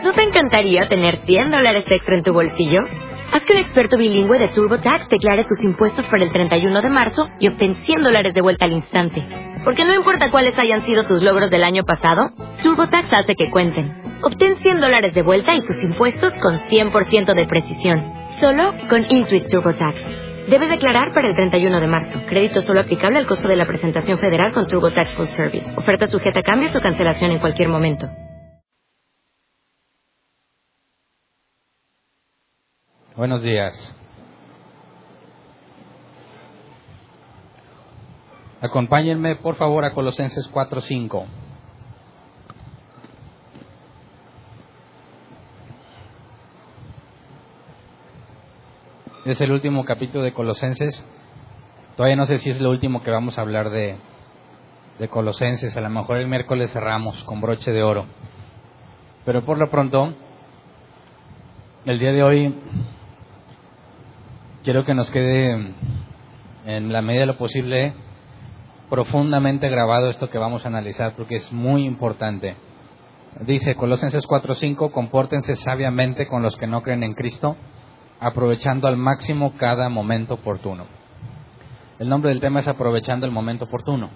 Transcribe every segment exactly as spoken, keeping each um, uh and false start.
¿No te encantaría tener cien dólares extra en tu bolsillo? Haz que un experto bilingüe de TurboTax declare tus impuestos para el treinta y uno de marzo y obtén cien dólares de vuelta al instante. Porque no importa cuáles hayan sido tus logros del año pasado, TurboTax hace que cuenten. Obtén cien dólares de vuelta y tus impuestos con cien por ciento de precisión. Solo con Intuit TurboTax. Debes declarar para el treinta y uno de marzo. Crédito solo aplicable al costo de la presentación federal con TurboTax Full Service. Oferta sujeta a cambios o cancelación en cualquier momento. Buenos días. Acompáñenme, por favor, a Colosenses cuatro cinco. Es el último capítulo de Colosenses. Todavía no sé si es lo último que vamos a hablar de, de Colosenses. A lo mejor el miércoles cerramos con broche de oro. Pero por lo pronto, el día de hoy, quiero que nos quede, en la medida de lo posible, profundamente grabado esto que vamos a analizar, porque es muy importante. Dice Colosenses cuatro cinco, compórtense sabiamente con los que no creen en Cristo, aprovechando al máximo cada momento oportuno. El nombre del tema es aprovechando el momento oportuno.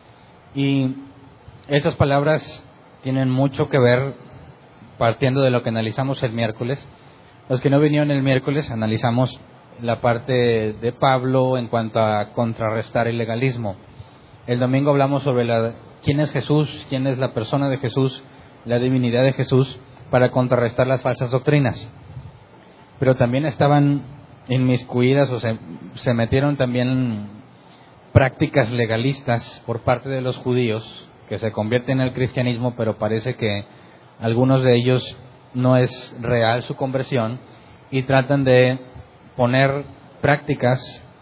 Y estas palabras tienen mucho que ver, partiendo de lo que analizamos el miércoles. Los que no vinieron el miércoles, analizamos la parte de Pablo en cuanto a contrarrestar el legalismo. El domingo hablamos sobre la, quién es Jesús, quién es la persona de Jesús, la divinidad de Jesús, para contrarrestar las falsas doctrinas. Pero también estaban inmiscuidas o se, se metieron también prácticas legalistas por parte de los judíos, que se convierten en el cristianismo, pero parece que algunos de ellos no es real su conversión, y tratan de poner prácticas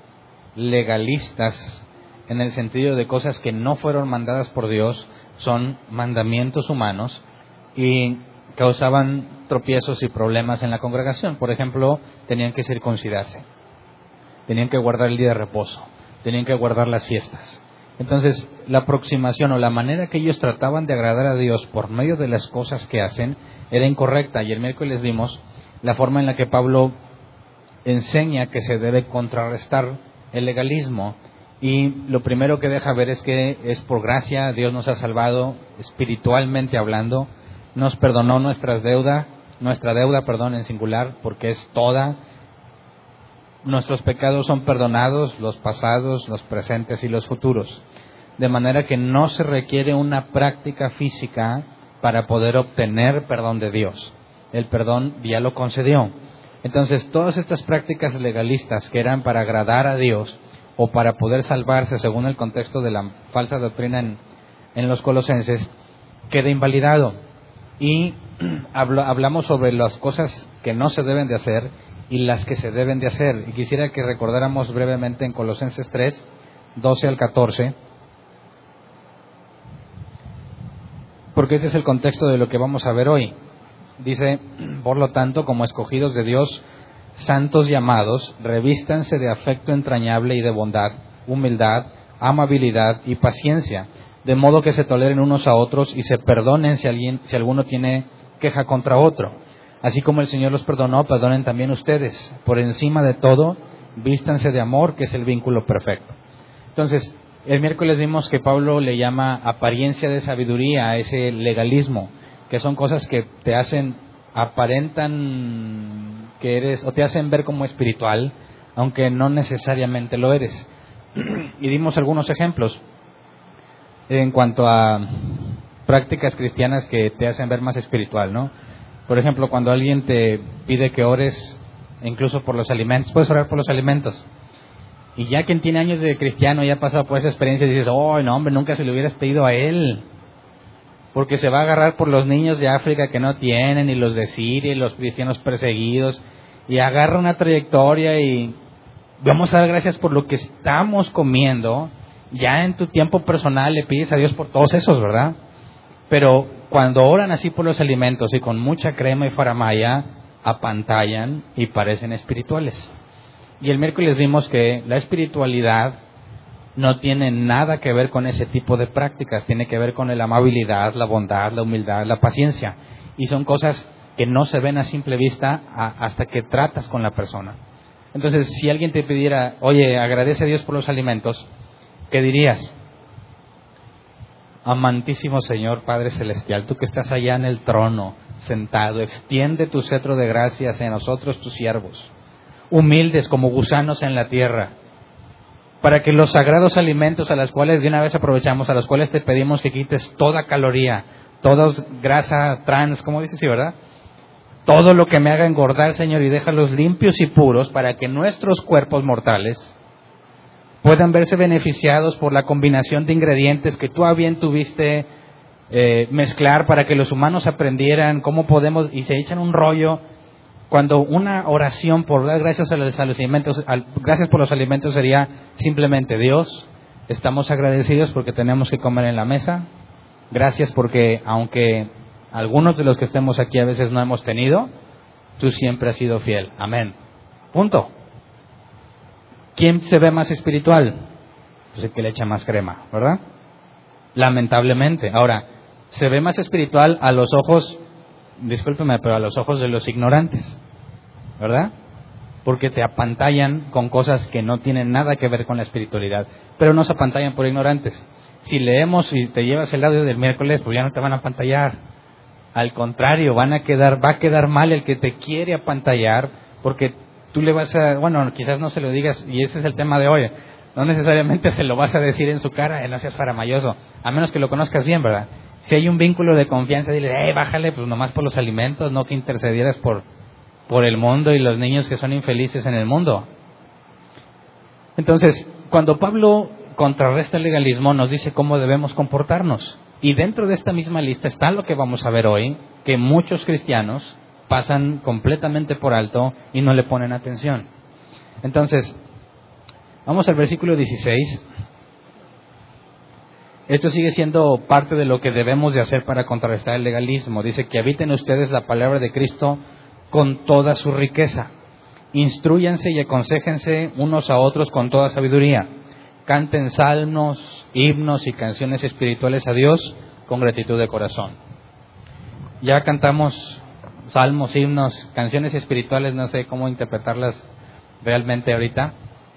legalistas en el sentido de cosas que no fueron mandadas por Dios, son mandamientos humanos, y causaban tropiezos y problemas en la congregación. Por ejemplo, tenían que circuncidarse, tenían que guardar el día de reposo, tenían que guardar las fiestas. Entonces, la aproximación o la manera que ellos trataban de agradar a Dios por medio de las cosas que hacen era incorrecta. Y el miércoles vimos la forma en la que Pablo enseña que se debe contrarrestar el legalismo. Y lo primero que deja ver es que es por gracia, Dios nos ha salvado espiritualmente hablando, nos perdonó nuestras deudas, nuestra deuda, perdón, en singular, porque es toda. Nuestros pecados son perdonados, los pasados, los presentes y los futuros. De manera que no se requiere una práctica física para poder obtener perdón de Dios. El perdón ya lo concedió. Entonces, todas estas prácticas legalistas que eran para agradar a Dios o para poder salvarse, según el contexto de la falsa doctrina en, en los Colosenses, queda invalidado. Y hablamos sobre las cosas que no se deben de hacer y las que se deben de hacer. Y quisiera que recordáramos brevemente en Colosenses tres, doce al catorce, porque ese es el contexto de lo que vamos a ver hoy. Dice, por lo tanto, como escogidos de Dios, santos y amados, revístanse de afecto entrañable y de bondad, humildad, amabilidad y paciencia, de modo que se toleren unos a otros y se perdonen si alguien, si alguno tiene queja contra otro. Así como el Señor los perdonó, perdonen también ustedes. Por encima de todo, vístanse de amor, que es el vínculo perfecto. Entonces, el miércoles vimos que Pablo le llama apariencia de sabiduría a ese legalismo, que son cosas que te hacen, aparentan que eres, o te hacen ver como espiritual, aunque no necesariamente lo eres. Y dimos algunos ejemplos en cuanto a prácticas cristianas que te hacen ver más espiritual, ¿no? Por ejemplo, cuando alguien te pide que ores, incluso por los alimentos, puedes orar por los alimentos. Y ya quien tiene años de cristiano ya ha pasado por esa experiencia y dices, oh, no, hombre, nunca se lo hubieras pedido a él. Porque se va a agarrar por los niños de África que no tienen, y los de Siria, y los cristianos perseguidos, y agarra una trayectoria y vamos a dar gracias por lo que estamos comiendo. Ya en tu tiempo personal le pides a Dios por todos esos, ¿verdad? Pero cuando oran así por los alimentos y con mucha crema y faramaya, apantallan y parecen espirituales. Y el miércoles vimos que la espiritualidad no tiene nada que ver con ese tipo de prácticas, tiene que ver con la amabilidad, la bondad, la humildad, la paciencia. Y son cosas que no se ven a simple vista a, hasta que tratas con la persona. Entonces, si alguien te pidiera, oye, agradece a Dios por los alimentos, ¿qué dirías? Amantísimo Señor Padre Celestial, tú que estás allá en el trono, sentado, extiende tu cetro de gracia hacia nosotros, tus siervos, humildes como gusanos en la tierra, para que los sagrados alimentos a los cuales de una vez aprovechamos, a los cuales te pedimos que quites toda caloría, toda grasa trans, como dices, sí, ¿verdad? Todo lo que me haga engordar, Señor, y déjalos limpios y puros para que nuestros cuerpos mortales puedan verse beneficiados por la combinación de ingredientes que tú a bien tuviste eh, mezclar para que los humanos aprendieran cómo podemos, y se echan un rollo. Cuando una oración por dar gracias a los, a los alimentos, al, gracias por los alimentos sería simplemente: Dios, estamos agradecidos porque tenemos que comer en la mesa. Gracias porque aunque algunos de los que estemos aquí a veces no hemos tenido, tú siempre has sido fiel. Amén. Punto. ¿Quién se ve más espiritual? Pues el que le echa más crema, ¿verdad? Lamentablemente. Ahora, se ve más espiritual a los ojos, discúlpeme, pero a los ojos de los ignorantes, ¿verdad? Porque te apantallan con cosas que no tienen nada que ver con la espiritualidad, pero nos apantallan por ignorantes. Si leemos y te llevas el audio del miércoles, pues ya no te van a apantallar. Al contrario, van a quedar, va a quedar mal el que te quiere apantallar, porque tú le vas a, bueno, quizás no se lo digas, y ese es el tema de hoy, no necesariamente se lo vas a decir en su cara, eh, no seas faramayoso, a menos que lo conozcas bien, ¿verdad? Si hay un vínculo de confianza, dile, eh, bájale, pues nomás por los alimentos, no que intercedieras por, por el mundo y los niños que son infelices en el mundo. Entonces, cuando Pablo contrarresta el legalismo, nos dice cómo debemos comportarnos. Y dentro de esta misma lista está lo que vamos a ver hoy, que muchos cristianos pasan completamente por alto y no le ponen atención. Entonces, vamos al versículo dieciséis. Esto sigue siendo parte de lo que debemos de hacer para contrarrestar el legalismo. Dice que habiten ustedes la palabra de Cristo con toda su riqueza. Instrúyanse y aconséjense unos a otros con toda sabiduría. Canten salmos, himnos y canciones espirituales a Dios con gratitud de corazón. Ya cantamos salmos, himnos, canciones espirituales, no sé cómo interpretarlas realmente ahorita,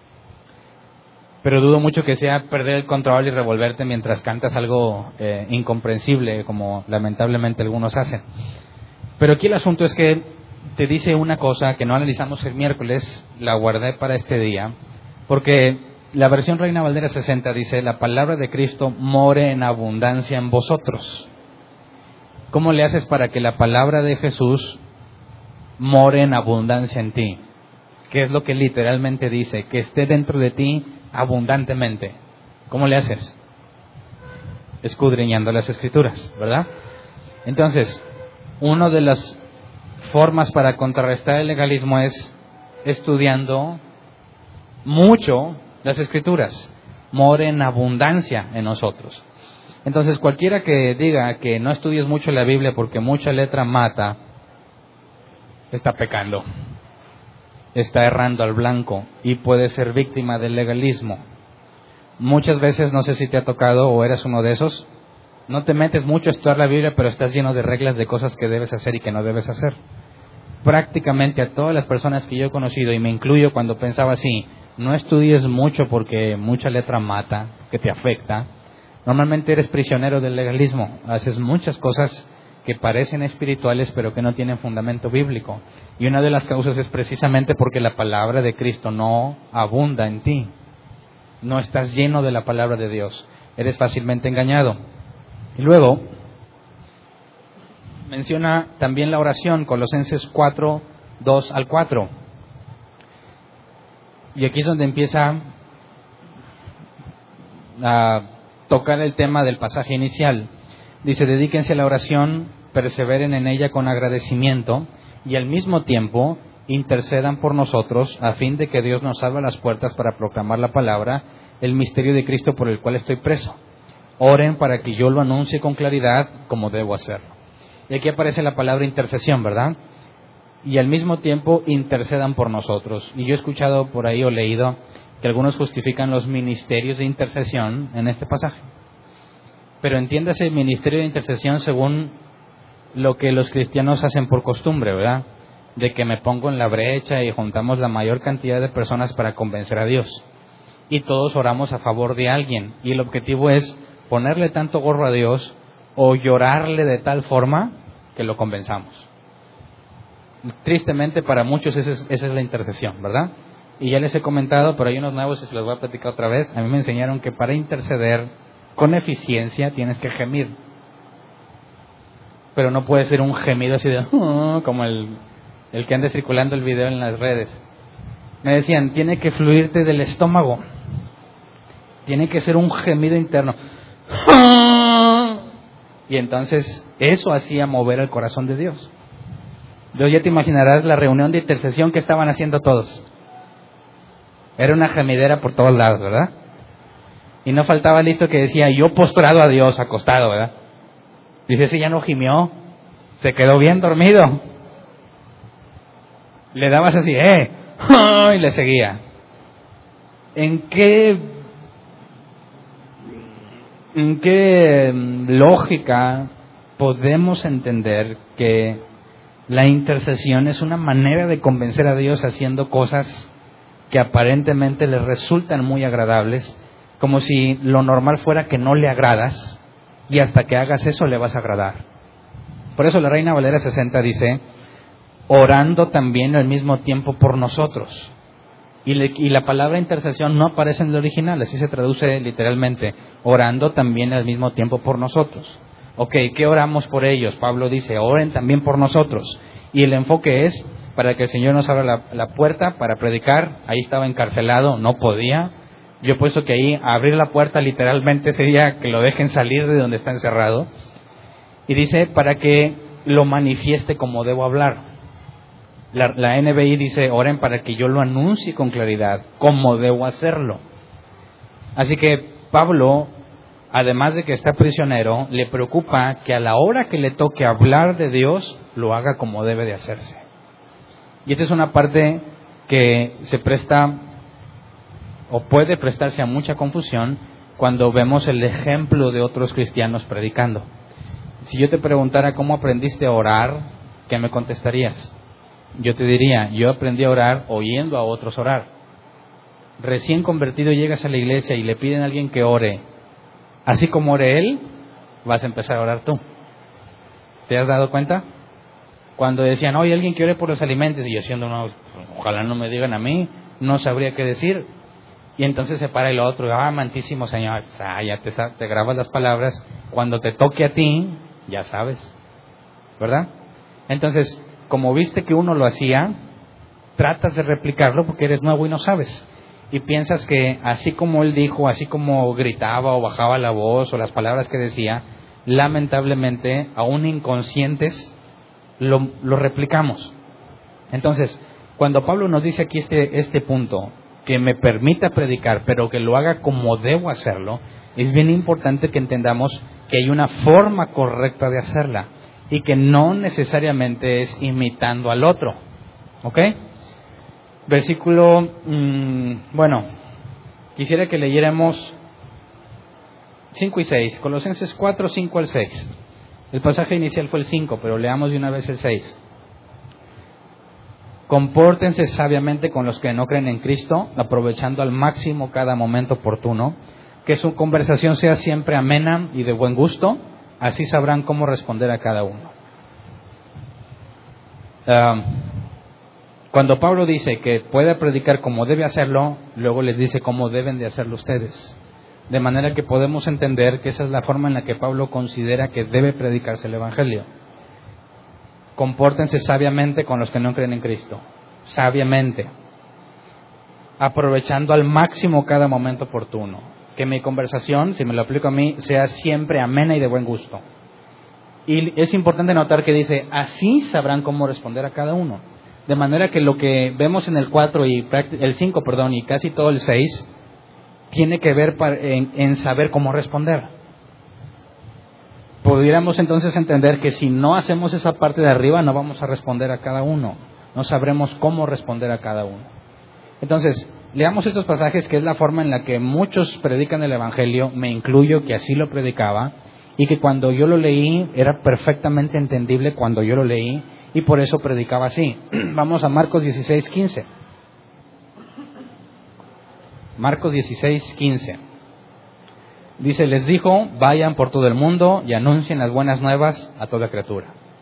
pero dudo mucho que sea perder el control y revolverte mientras cantas algo eh, incomprensible, como lamentablemente algunos hacen. Pero aquí el asunto es que te dice una cosa que no analizamos el miércoles, la guardé para este día, porque la versión Reina Valera sesenta dice: la palabra de Cristo more en abundancia en vosotros. ¿Cómo le haces para que la palabra de Jesús more en abundancia en ti? ¿Qué es lo que literalmente dice? Que esté dentro de ti abundantemente. ¿Cómo le haces? Escudriñando las Escrituras, ¿verdad? Entonces, una de las formas para contrarrestar el legalismo es estudiando mucho las Escrituras. More en abundancia en nosotros. Entonces, cualquiera que diga que no estudies mucho la Biblia porque mucha letra mata, está pecando, está errando al blanco y puede ser víctima del legalismo. Muchas veces, no sé si te ha tocado o eres uno de esos, no te metes mucho a estudiar la Biblia, pero estás lleno de reglas de cosas que debes hacer y que no debes hacer. Prácticamente a todas las personas que yo he conocido, y me incluyo cuando pensaba así, no estudies mucho porque mucha letra mata, que te afecta. Normalmente eres prisionero del legalismo, haces muchas cosas que parecen espirituales pero que no tienen fundamento bíblico. Y una de las causas es precisamente porque la palabra de Cristo no abunda en ti. No estás lleno de la palabra de Dios. Eres fácilmente engañado. Y luego menciona también la oración, Colosenses cuatro, dos al cuatro. Y aquí es donde empieza a tocar el tema del pasaje inicial. Dice: dedíquense a la oración, perseveren en ella con agradecimiento y al mismo tiempo intercedan por nosotros a fin de que Dios nos abra las puertas para proclamar la palabra, el misterio de Cristo por el cual estoy preso. Oren para que yo lo anuncie con claridad como debo hacerlo. Y aquí aparece la palabra intercesión, ¿verdad? Y al mismo tiempo intercedan por nosotros. Y yo he escuchado por ahí o leído que algunos justifican los ministerios de intercesión en este pasaje. Pero entiéndase el ministerio de intercesión según lo que los cristianos hacen por costumbre, ¿verdad? De que me pongo en la brecha y juntamos la mayor cantidad de personas para convencer a Dios. Y todos oramos a favor de alguien. Y el objetivo es ponerle tanto gorro a Dios o llorarle de tal forma que lo convenzamos. Tristemente para muchos esa es, esa es la intercesión, ¿verdad? Y ya les he comentado, pero hay unos nuevos y se los voy a platicar otra vez. A mí me enseñaron que para interceder con eficiencia tienes que gemir. Pero no puede ser un gemido así de oh, como el, el que anda circulando el video en las redes. Me decían, tiene que fluirte del estómago. Tiene que ser un gemido interno. Y entonces eso hacía mover el corazón de Dios. Entonces ya te imaginarás la reunión de intercesión que estaban haciendo todos. Era una gemidera por todos lados, ¿verdad? Y no faltaba listo que decía, yo postrado a Dios, acostado, ¿verdad? Dice, ese ya no gimió, se quedó bien dormido. Le dabas así, ¡eh! Y le seguía. ¿En qué, en qué lógica podemos entender que la intercesión es una manera de convencer a Dios haciendo cosas que aparentemente le resultan muy agradables, como si lo normal fuera que no le agradas y hasta que hagas eso le vas a agradar? Por eso la Reina Valera sesenta dice, orando también al mismo tiempo por nosotros. Y, le, y la palabra intercesión no aparece en el original, así se traduce literalmente, orando también al mismo tiempo por nosotros. Ok, ¿qué oramos por ellos? Pablo dice, oren también por nosotros. Y el enfoque es para que el Señor nos abra la, la puerta para predicar. Ahí estaba encarcelado, no podía. Yo he puesto que ahí abrir la puerta literalmente sería que lo dejen salir de donde está encerrado. Y dice, para que lo manifieste como debo hablar. La, la N B I dice, oren para que yo lo anuncie con claridad, como debo hacerlo. Así que Pablo, además de que está prisionero, le preocupa que a la hora que le toque hablar de Dios, lo haga como debe de hacerse. Y esta es una parte que se presta o puede prestarse a mucha confusión cuando vemos el ejemplo de otros cristianos predicando. Si yo te preguntara cómo aprendiste a orar, ¿qué me contestarías? Yo te diría, yo aprendí a orar oyendo a otros orar. Recién convertido llegas a la iglesia y le piden a alguien que ore. Así como ore él, vas a empezar a orar tú. ¿Te has dado cuenta? Cuando decían, oye, alguien que ore por los alimentos, y yo siendo uno, ojalá no me digan a mí, no sabría qué decir. Y entonces se para el otro, ah, amantísimo Señor, ah, ya te, te grabas las palabras, cuando te toque a ti, ya sabes, ¿verdad? Entonces, como viste que uno lo hacía, tratas de replicarlo porque eres nuevo y no sabes. Y piensas que así como él dijo, así como gritaba o bajaba la voz o las palabras que decía, lamentablemente, aún inconscientes, lo, lo replicamos. Entonces, cuando Pablo nos dice aquí este, este punto, que me permita predicar, pero que lo haga como debo hacerlo, es bien importante que entendamos que hay una forma correcta de hacerla y que no necesariamente es imitando al otro. ¿Ok? Versículo, mmm, bueno, quisiera que leyéramos cinco y seis, Colosenses cuatro, cinco al seis. El pasaje inicial fue el cinco, pero leamos de una vez el seis. Compórtense sabiamente con los que no creen en Cristo, aprovechando al máximo cada momento oportuno, que su conversación sea siempre amena y de buen gusto, así sabrán cómo responder a cada uno. Uh, cuando Pablo dice que puede predicar como debe hacerlo, luego les dice cómo deben de hacerlo ustedes. De manera que podemos entender que esa es la forma en la que Pablo considera que debe predicarse el Evangelio. Compórtense sabiamente con los que no creen en Cristo. Sabiamente. Aprovechando al máximo cada momento oportuno. Que mi conversación, si me lo aplico a mí, sea siempre amena y de buen gusto. Y es importante notar que dice, así sabrán cómo responder a cada uno. De manera que lo que vemos en el cuatro y el cinco, perdón, y casi todo el seis, tiene que ver en, en saber cómo responder. Pudiéramos entonces entender que si no hacemos esa parte de arriba, no vamos a responder a cada uno. No sabremos cómo responder a cada uno. Entonces, leamos estos pasajes, que es la forma en la que muchos predican el Evangelio, me incluyo que así lo predicaba, y que cuando yo lo leí era perfectamente entendible cuando yo lo leí y por eso predicaba así. Vamos a Marcos dieciséis quince. Marcos dieciséis quince. Dice, les dijo, vayan por todo el mundo y anuncien las buenas nuevas a toda criatura.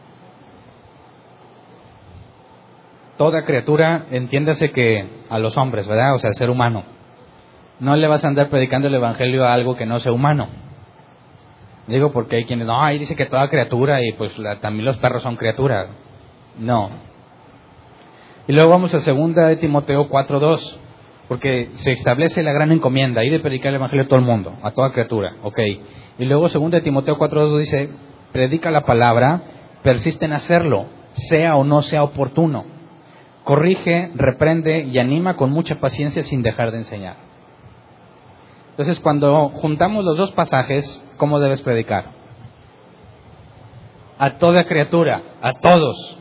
Toda criatura, entiéndase que a los hombres, ¿verdad? O sea, al ser humano. No le vas a andar predicando el evangelio a algo que no sea humano. Digo porque hay quienes, no, ahí dice que toda criatura y pues la, también los perros son criaturas. No. Y luego vamos a segunda de Timoteo cuatro dos. Porque se establece la gran encomienda, ir de predicar el evangelio a todo el mundo, a toda criatura, ok. Y luego segunda de Timoteo cuatro dos dice, predica la palabra, persiste en hacerlo, sea o no sea oportuno. Corrige, reprende y anima con mucha paciencia sin dejar de enseñar. Entonces, cuando juntamos los dos pasajes, ¿cómo debes predicar? A toda criatura, a todos,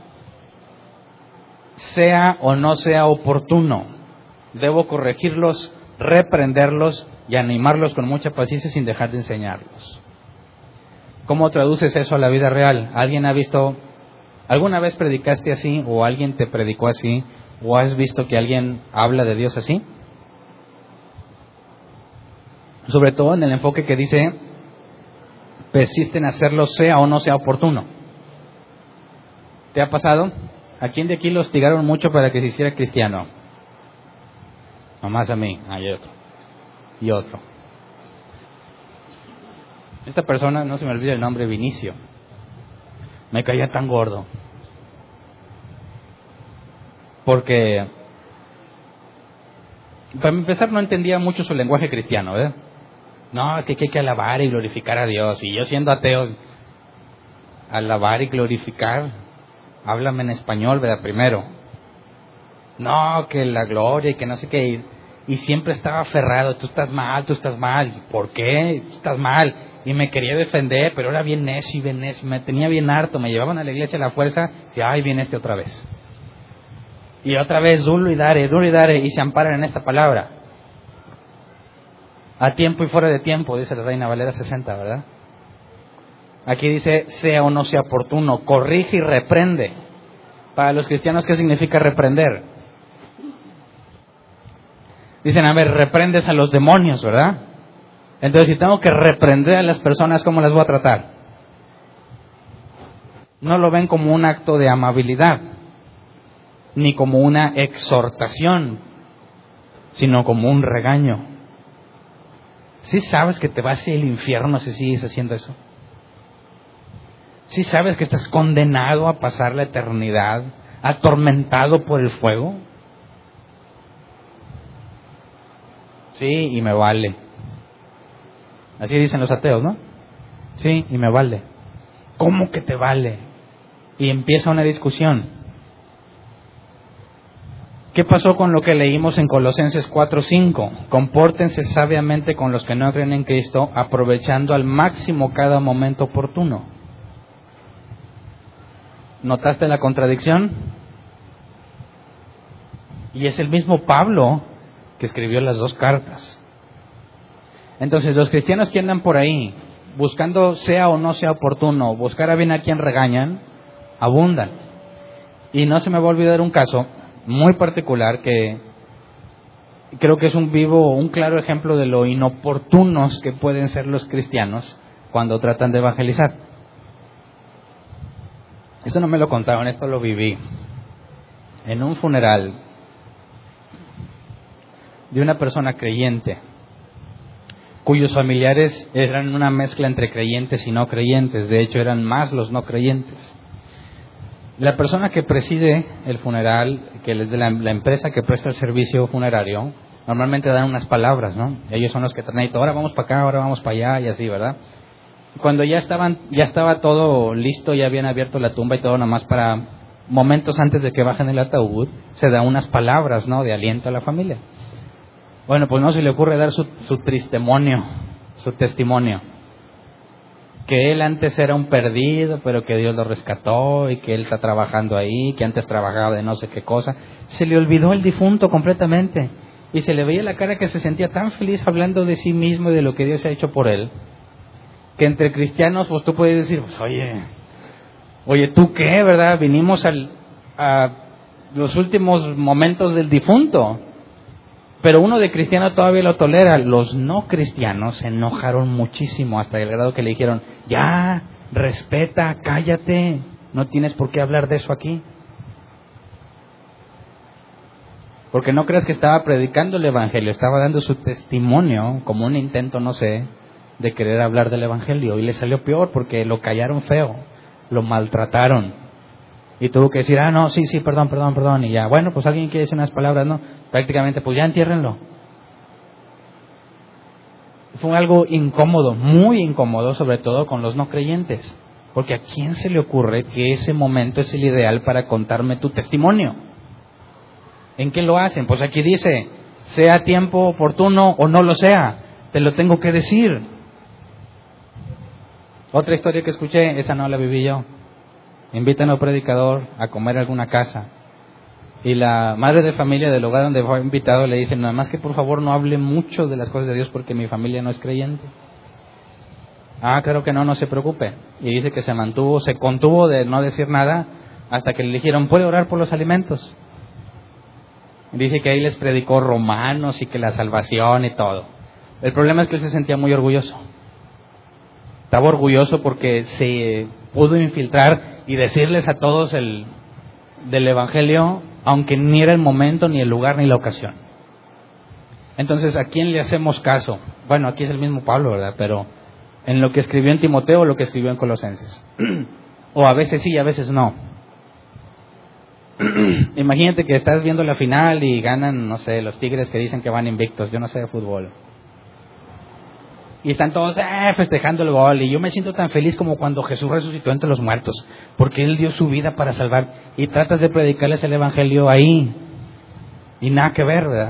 sea o no sea oportuno. Debo corregirlos, reprenderlos y animarlos con mucha paciencia sin dejar de enseñarlos. ¿Cómo traduces eso a la vida real? ¿Alguien ha visto, alguna vez predicaste así o alguien te predicó así o has visto que alguien habla de Dios así? Sobre todo en el enfoque que dice, persiste en hacerlo sea o no sea oportuno. ¿Te ha pasado? ¿A quién de aquí lo hostigaron mucho para que se hiciera cristiano? Nomás a mí, hay otro. Y otro. Esta persona, no se me olvida el nombre, Vinicio. Me caía tan gordo. Porque, para empezar, no entendía mucho su lenguaje cristiano, ¿verdad? No, es que hay que alabar y glorificar a Dios. Y yo siendo ateo, alabar y glorificar, háblame en español, ¿verdad? Primero. No, que la gloria y que no sé qué. Y siempre estaba aferrado, tú estás mal, tú estás mal. ¿Por qué? Tú estás mal. Y me quería defender, pero era bien necio y bien necio. Me tenía bien harto, me llevaban a la iglesia a la fuerza. Y ay, viene este otra vez. Y otra vez, duro y dare, duro y dare. Y se amparan en esta palabra. A tiempo y fuera de tiempo, dice la Reina Valera sesenta, ¿verdad? Aquí dice, sea o no sea oportuno, corrige y reprende. Para los cristianos, ¿qué significa reprender? Dicen, a ver, reprendes a los demonios, ¿verdad? Entonces, si tengo que reprender a las personas, ¿cómo las voy a tratar? No lo ven como un acto de amabilidad, ni como una exhortación, sino como un regaño. ¿Sí sabes que te vas hacia el infierno si sigues haciendo eso? ¿Sí sabes que estás condenado a pasar la eternidad atormentado por el fuego? Sí, y me vale. Así dicen los ateos, ¿no? Sí, y me vale. ¿Cómo que te vale? Y empieza una discusión. ¿Qué pasó con lo que leímos en Colosenses cuatro cinco? Compórtense sabiamente con los que no creen en Cristo, aprovechando al máximo cada momento oportuno. ¿Notaste la contradicción? Y es el mismo Pablo que escribió las dos cartas. Entonces, los cristianos que andan por ahí, buscando sea o no sea oportuno, buscar a bien a quien regañan, abundan. Y no se me va a olvidar un caso muy particular que creo que es un vivo, un claro ejemplo de lo inoportunos que pueden ser los cristianos cuando tratan de evangelizar. Esto no me lo contaron, esto lo viví. En un funeral de una persona creyente, cuyos familiares eran una mezcla entre creyentes y no creyentes. De hecho, eran más los no creyentes. La persona que preside el funeral, que es de la, la empresa que presta el servicio funerario, normalmente dan unas palabras, ¿no? Ellos son los que traen ahora vamos para acá, ahora vamos para allá y así, ¿verdad? Cuando ya estaban, ya estaba todo listo, ya habían abierto la tumba y todo, nomás para momentos antes de que bajen el ataúd, se da unas palabras, ¿no? De aliento a la familia. Bueno, pues no se le ocurre dar su, su testimonio, su testimonio. Que él antes era un perdido, pero que Dios lo rescató y que él está trabajando ahí, que antes trabajaba de no sé qué cosa. Se le olvidó el difunto completamente y se le veía la cara que se sentía tan feliz hablando de sí mismo y de lo que Dios ha hecho por él, que entre cristianos, pues tú puedes decir, pues oye, oye, ¿tú qué, verdad? Vinimos al, a los últimos momentos del difunto. Pero uno de cristiano todavía lo tolera. Los no cristianos se enojaron muchísimo hasta el grado que le dijeron, ya, respeta, cállate, no tienes por qué hablar de eso aquí. Porque no creas que estaba predicando el Evangelio, estaba dando su testimonio como un intento, no sé, de querer hablar del Evangelio. Y le salió peor porque lo callaron feo, lo maltrataron. Y tuvo que decir, ah, no, sí, sí, perdón, perdón, perdón. Y ya, bueno, pues alguien quiere decir unas palabras, ¿no? Prácticamente, pues ya entiérrenlo. Fue algo incómodo, muy incómodo, sobre todo con los no creyentes. Porque ¿a quién se le ocurre que ese momento es el ideal para contarme tu testimonio? ¿En qué lo hacen? Pues aquí dice, sea tiempo oportuno o no lo sea, te lo tengo que decir. Otra historia que escuché, esa no la viví yo. Invitan a un predicador a comer a alguna casa. Y la madre de familia del lugar donde fue invitado le dice, nada más que por favor no hable mucho de las cosas de Dios porque mi familia no es creyente. Ah, claro que no, no se preocupe. Y dice que se mantuvo, se contuvo de no decir nada hasta que le dijeron, ¿puede orar por los alimentos? Dice que ahí les predicó Romanos y que la salvación y todo. El problema es que él se sentía muy orgulloso. Estaba orgulloso porque se pudo infiltrar y decirles a todos el del Evangelio, aunque ni era el momento, ni el lugar, ni la ocasión. Entonces, ¿a quién le hacemos caso? Bueno, aquí es el mismo Pablo, ¿verdad? Pero en lo que escribió en Timoteo o lo que escribió en Colosenses. O a veces sí, a veces no. Imagínate que estás viendo la final y ganan, no sé, los Tigres que dicen que van invictos, yo no sé de fútbol. Y están todos eh, festejando el gol. Y yo me siento tan feliz como cuando Jesús resucitó entre los muertos. Porque Él dio su vida para salvar. Y tratas de predicarles el Evangelio ahí. Y nada que ver, ¿verdad?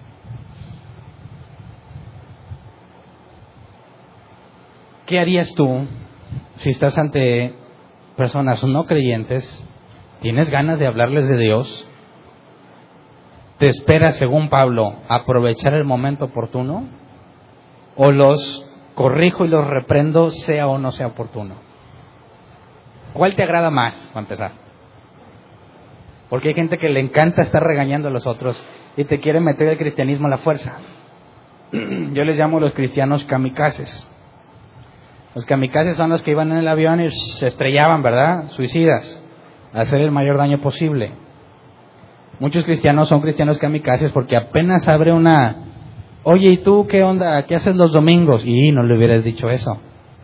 ¿Qué harías tú si estás ante personas no creyentes? ¿Tienes ganas de hablarles de Dios? ¿Te esperas, según Pablo, aprovechar el momento oportuno? ¿O los corrijo y los reprendo, sea o no sea oportuno? ¿Cuál te agrada más, para empezar? Porque hay gente que le encanta estar regañando a los otros y te quiere meter el cristianismo a la fuerza. Yo les llamo los cristianos kamikazes. Los kamikazes son los que iban en el avión y se estrellaban, ¿verdad? Suicidas, a hacer el mayor daño posible. Muchos cristianos son cristianos kamikazes porque apenas abre una... Oye, ¿y tú qué onda? ¿Qué haces los domingos? Y no le hubieras dicho eso.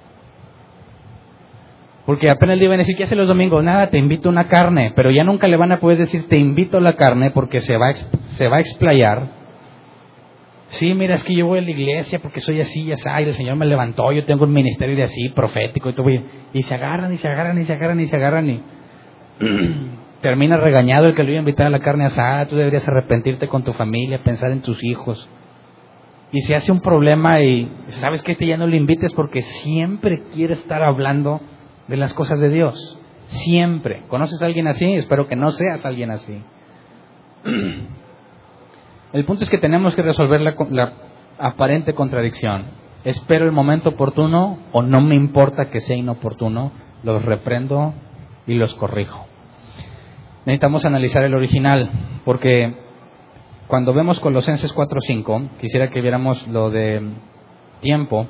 Porque apenas le iban a decir, ¿qué haces los domingos? Nada, te invito a una carne. Pero ya nunca le van a poder decir, te invito a la carne, porque se va a, se va a explayar. Sí, mira, es que yo voy a la iglesia porque soy así, ya sabes, el Señor me levantó, yo tengo un ministerio de así, profético, y todo. Y se agarran, y se agarran, y se agarran, y se agarran, y termina regañado el que lo iba a invitar a la carne asada. Tú deberías arrepentirte con tu familia, pensar en tus hijos. Y se hace un problema y ¿sabes qué? Este ya no le invites porque siempre quiere estar hablando de las cosas de Dios. Siempre. ¿Conoces a alguien así? Espero que no seas alguien así. El punto es que tenemos que resolver la, la aparente contradicción. Espero el momento oportuno o no me importa que sea inoportuno, los reprendo y los corrijo. Necesitamos analizar el original porque... Cuando vemos Colosenses cuatro cinco, quisiera que viéramos lo de tiempo.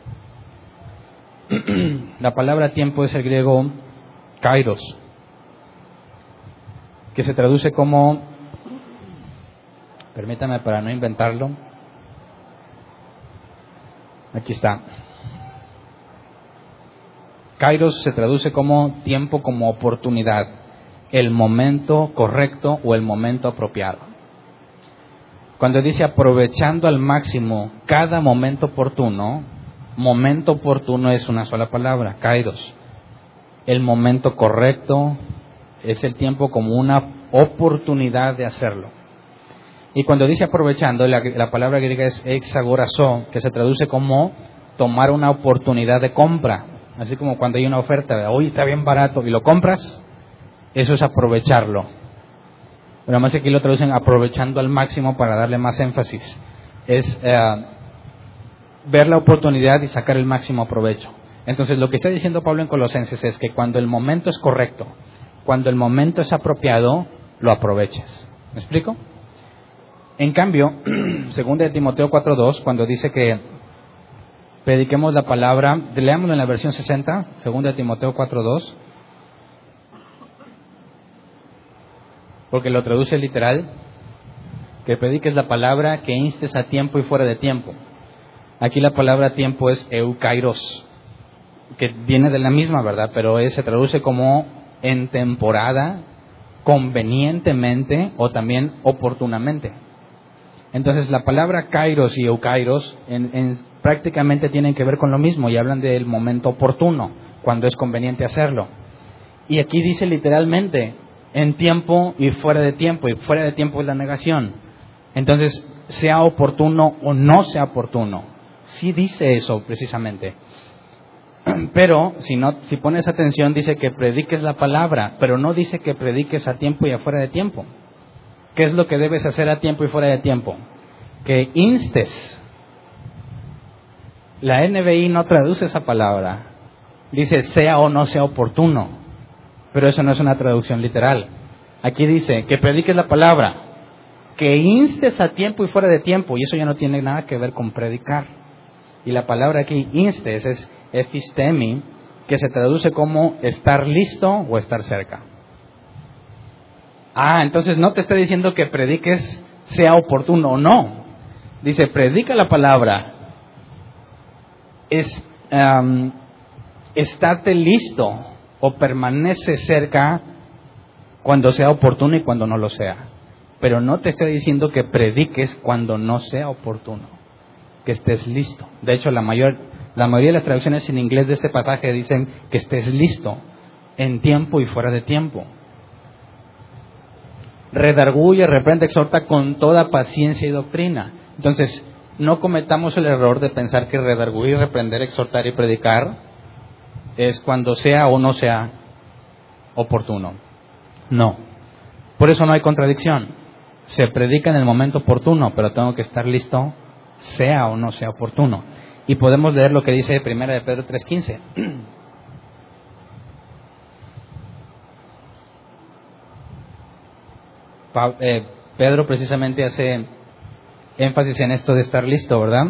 La palabra tiempo es el griego kairos, que se traduce como, permítame para no inventarlo, aquí está. Kairos se traduce como tiempo, como oportunidad, el momento correcto o el momento apropiado. Cuando dice aprovechando al máximo cada momento oportuno, momento oportuno es una sola palabra, kairos. El momento correcto es el tiempo como una oportunidad de hacerlo. Y cuando dice aprovechando, la, la palabra griega es exagorazo, que se traduce como tomar una oportunidad de compra. Así como cuando hay una oferta, hoy está bien barato y lo compras, eso es aprovecharlo. Pero más aquí lo traducen aprovechando al máximo para darle más énfasis. Es eh, ver la oportunidad y sacar el máximo provecho. Entonces, lo que está diciendo Pablo en Colosenses es que cuando el momento es correcto, cuando el momento es apropiado, lo aproveches. ¿Me explico? En cambio, según de Timoteo cuatro dos, cuando dice que prediquemos la palabra, leámoslo en la versión sesenta, según de Timoteo cuatro dos, porque lo traduce literal, que prediques la palabra, que instes a tiempo y fuera de tiempo. Aquí la palabra tiempo es eukairos, que viene de la misma, ¿verdad? Pero es, se traduce como en temporada, convenientemente o también oportunamente. Entonces la palabra kairos y eukairos en, en, prácticamente tienen que ver con lo mismo y hablan del momento oportuno, cuando es conveniente hacerlo. Y aquí dice literalmente en tiempo y fuera de tiempo, y fuera de tiempo es la negación. Entonces, sea oportuno o no sea oportuno, sí dice eso precisamente. Pero si no, si pones atención, dice que prediques la palabra, pero no dice que prediques a tiempo y afuera de tiempo. ¿Qué es lo que debes hacer a tiempo y fuera de tiempo? Que instes. La N B I no traduce esa palabra. Dice sea o no sea oportuno, pero eso no es una traducción literal. Aquí dice que prediques la palabra, que instes a tiempo y fuera de tiempo, y eso ya no tiene nada que ver con predicar. Y la palabra aquí, instes, es epistemi, que se traduce como estar listo o estar cerca. Ah, entonces no te está diciendo que prediques sea oportuno o no. Dice, predica la palabra, es, um, estate listo o permanece cerca cuando sea oportuno y cuando no lo sea. Pero no te está diciendo que prediques cuando no sea oportuno, que estés listo. De hecho, la mayor, la mayoría de las traducciones en inglés de este pasaje dicen que estés listo en tiempo y fuera de tiempo. Redarguye, reprende, exhorta con toda paciencia y doctrina. Entonces, no cometamos el error de pensar que redarguir, reprender, exhortar y predicar es cuando sea o no sea oportuno. No. Por eso no hay contradicción. Se predica en el momento oportuno, pero tengo que estar listo, sea o no sea oportuno. Y podemos leer lo que dice Primera de Pedro tres quince. Pedro precisamente hace énfasis en esto de estar listo, ¿verdad?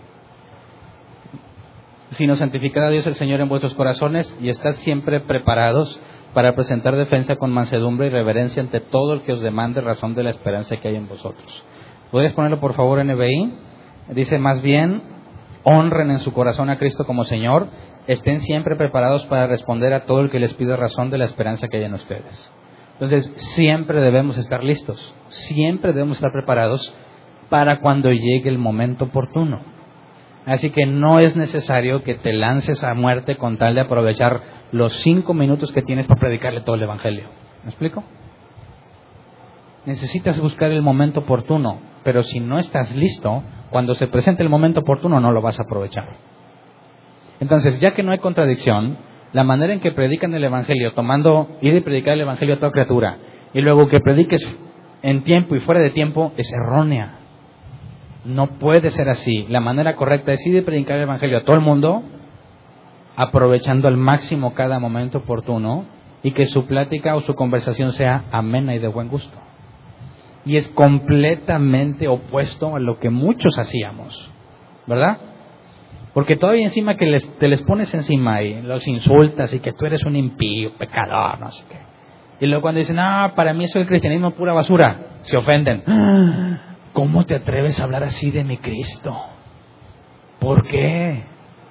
Sino santificad a Dios el Señor en vuestros corazones y estad siempre preparados para presentar defensa con mansedumbre y reverencia ante todo el que os demande razón de la esperanza que hay en vosotros. ¿Podrías ponerlo por favor en N B I? Dice, más bien, honren en su corazón a Cristo como Señor, estén siempre preparados para responder a todo el que les pida razón de la esperanza que hay en ustedes. Entonces, siempre debemos estar listos, siempre debemos estar preparados para cuando llegue el momento oportuno. Así que no es necesario que te lances a muerte con tal de aprovechar los cinco minutos que tienes para predicarle todo el Evangelio. ¿Me explico? Necesitas buscar el momento oportuno, pero si no estás listo, cuando se presente el momento oportuno no lo vas a aprovechar. Entonces, ya que no hay contradicción, la manera en que predican el Evangelio, tomando ir y predicar el Evangelio a toda criatura, y luego que prediques en tiempo y fuera de tiempo, es errónea. No puede ser así. La manera correcta es ir y predicar el Evangelio a todo el mundo, aprovechando al máximo cada momento oportuno, y que su plática o su conversación sea amena y de buen gusto. Y es completamente opuesto a lo que muchos hacíamos, ¿verdad? Porque todavía encima que les, te les pones encima y los insultas y que tú eres un impío, pecador, no sé qué. Y luego cuando dicen, ah, para mí eso del cristianismo es pura basura, se ofenden. ¿Cómo te atreves a hablar así de mi Cristo? ¿Por qué?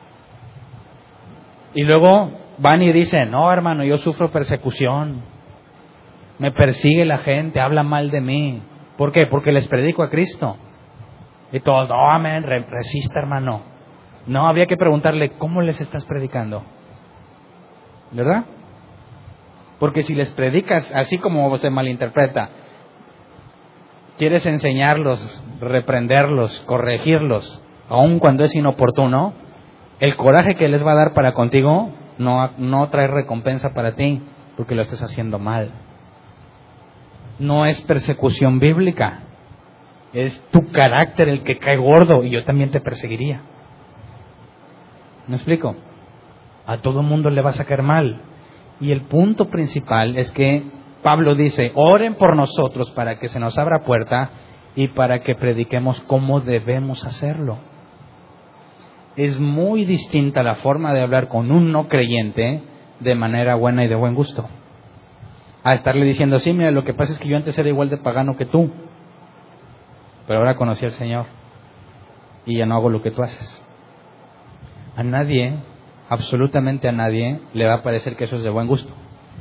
Y luego van y dicen, no hermano, yo sufro persecución, me persigue la gente, habla mal de mí. ¿Por qué? Porque les predico a Cristo. Y todos, no, amén, resista hermano. No, habría que preguntarle, ¿cómo les estás predicando? ¿Verdad? Porque si les predicas así como se malinterpreta, quieres enseñarlos, reprenderlos, corregirlos, aun cuando es inoportuno, el coraje que les va a dar para contigo no, no trae recompensa para ti, porque lo estás haciendo mal. No es persecución bíblica, es tu carácter el que cae gordo y yo también te perseguiría. ¿Me explico? A todo mundo le vas a caer mal. Y el punto principal es que Pablo dice, oren por nosotros para que se nos abra puerta y para que prediquemos cómo debemos hacerlo. Es muy distinta la forma de hablar con un no creyente de manera buena y de buen gusto. A estarle diciendo, sí, mira, lo que pasa es que yo antes era igual de pagano que tú, pero ahora conocí al Señor y ya no hago lo que tú haces. A nadie, absolutamente a nadie, le va a parecer que eso es de buen gusto.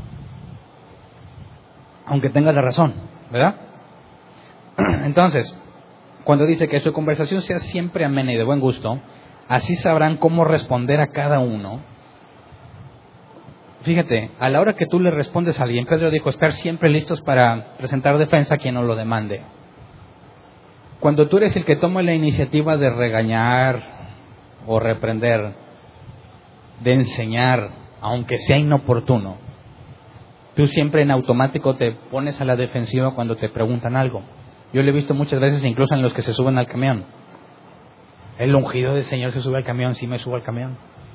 Aunque tengas la razón, ¿verdad? Entonces, cuando dice que su conversación sea siempre amena y de buen gusto, así sabrán cómo responder a cada uno. Fíjate, a la hora que tú le respondes a alguien, Pedro dijo, estar siempre listos para presentar defensa a quien nos lo demande. Cuando tú eres el que toma la iniciativa de regañar o reprender, de enseñar, aunque sea inoportuno, tú siempre en automático te pones a la defensiva cuando te preguntan algo. Yo lo he visto muchas veces, incluso en los que se suben al camión. El ungido del Señor se sube al camión, sí me subo al camión.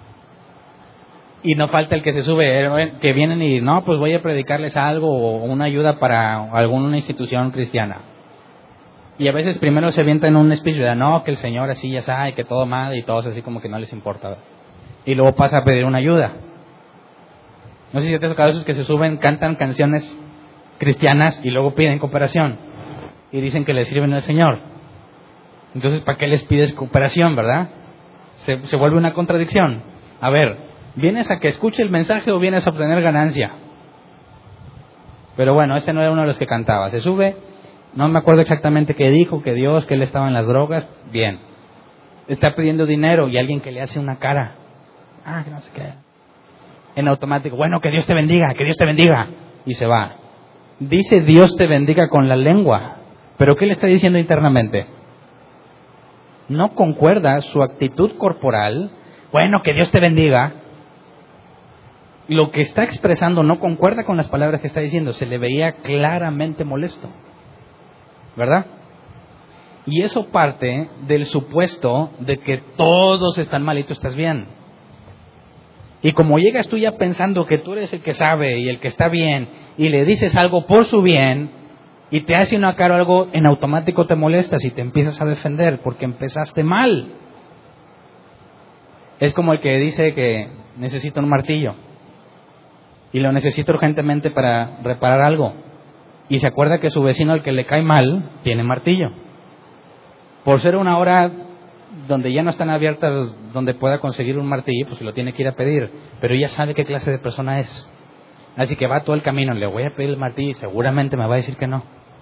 Y no falta el que se sube, que vienen y, no, pues voy a predicarles algo o una ayuda para alguna institución cristiana. Y a veces primero se avienta en un speech, ¿verdad? No, que el Señor así ya sabe, que todo mal, y todos así como que no les importa, ¿verdad? Y luego pasa a pedir una ayuda. No sé si te ha tocado esos que se suben, cantan canciones cristianas y luego piden cooperación. Y dicen que les sirven al Señor. Entonces, ¿para qué les pides cooperación, verdad? Se, se vuelve una contradicción. A ver, ¿vienes a que escuche el mensaje o vienes a obtener ganancia? Pero bueno, este no era uno de los que cantaba. Se sube, no me acuerdo exactamente qué dijo, que Dios, que él estaba en las drogas. Bien. Está pidiendo dinero y alguien que le hace una cara. Ah, que no sé qué. En automático, bueno, que Dios te bendiga, que Dios te bendiga. Y se va. Dice Dios te bendiga con la lengua. ¿Pero qué le está diciendo internamente? No concuerda su actitud corporal. Bueno, que Dios te bendiga. Lo que está expresando no concuerda con las palabras que está diciendo. Se le veía claramente molesto, ¿verdad? Y eso parte del supuesto de que todos están mal y tú estás bien. Y como llegas tú ya pensando que tú eres el que sabe y el que está bien, y le dices algo por su bien, y te hace una cara o algo, en automático te molestas y te empiezas a defender porque empezaste mal. Es como el que dice que necesita un martillo y lo necesita urgentemente para reparar algo, y se acuerda que su vecino, al que le cae mal, tiene martillo. Por ser una hora donde ya no están abiertas, donde pueda conseguir un martillo, pues se lo tiene que ir a pedir, pero ya sabe qué clase de persona es. Así que va todo el camino, le voy a pedir el martillo y seguramente me va a decir que no.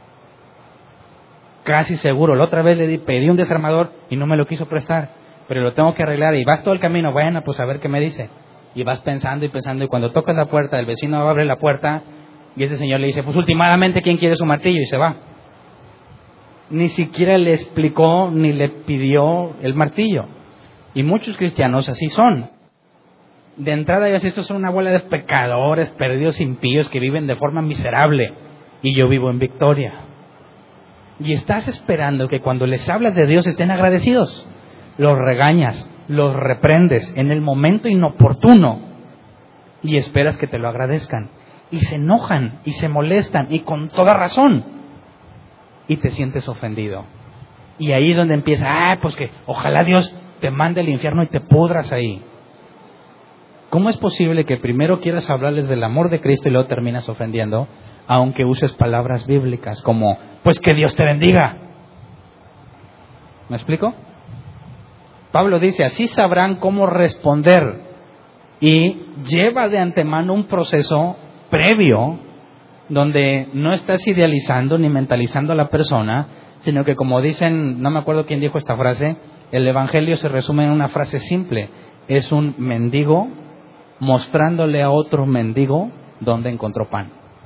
Casi seguro. La otra vez le di, pedí un desarmador y no me lo quiso prestar, pero lo tengo que arreglar. Y vas todo el camino, bueno, pues a ver qué me dice. Y vas pensando y pensando, y cuando tocas la puerta, el vecino abre la puerta y ese señor le dice, pues últimamente, ¿quién quiere su martillo? Y se va. Ni siquiera le explicó ni le pidió el martillo. Y muchos cristianos así son. De entrada ellos, estos son una bola de pecadores, perdidos, impíos, que viven de forma miserable, y yo vivo en victoria. Y estás esperando que cuando les hablas de Dios estén agradecidos. Los regañas, los reprendes en el momento inoportuno y esperas que te lo agradezcan. Y se enojan y se molestan, y con toda razón, y te sientes ofendido. Y ahí es donde empieza, ah, pues que ojalá Dios te mande al infierno y te pudras ahí. ¿Cómo es posible que primero quieras hablarles del amor de Cristo y luego terminas ofendiendo, aunque uses palabras bíblicas como, pues que Dios te bendiga? ¿Me explico? Pablo dice, así sabrán cómo responder, y lleva de antemano un proceso previo donde no estás idealizando ni mentalizando a la persona, sino que, como dicen, no me acuerdo quién dijo esta frase, el evangelio se resume en una frase simple: es un mendigo mostrándole a otro mendigo dónde encontró pan.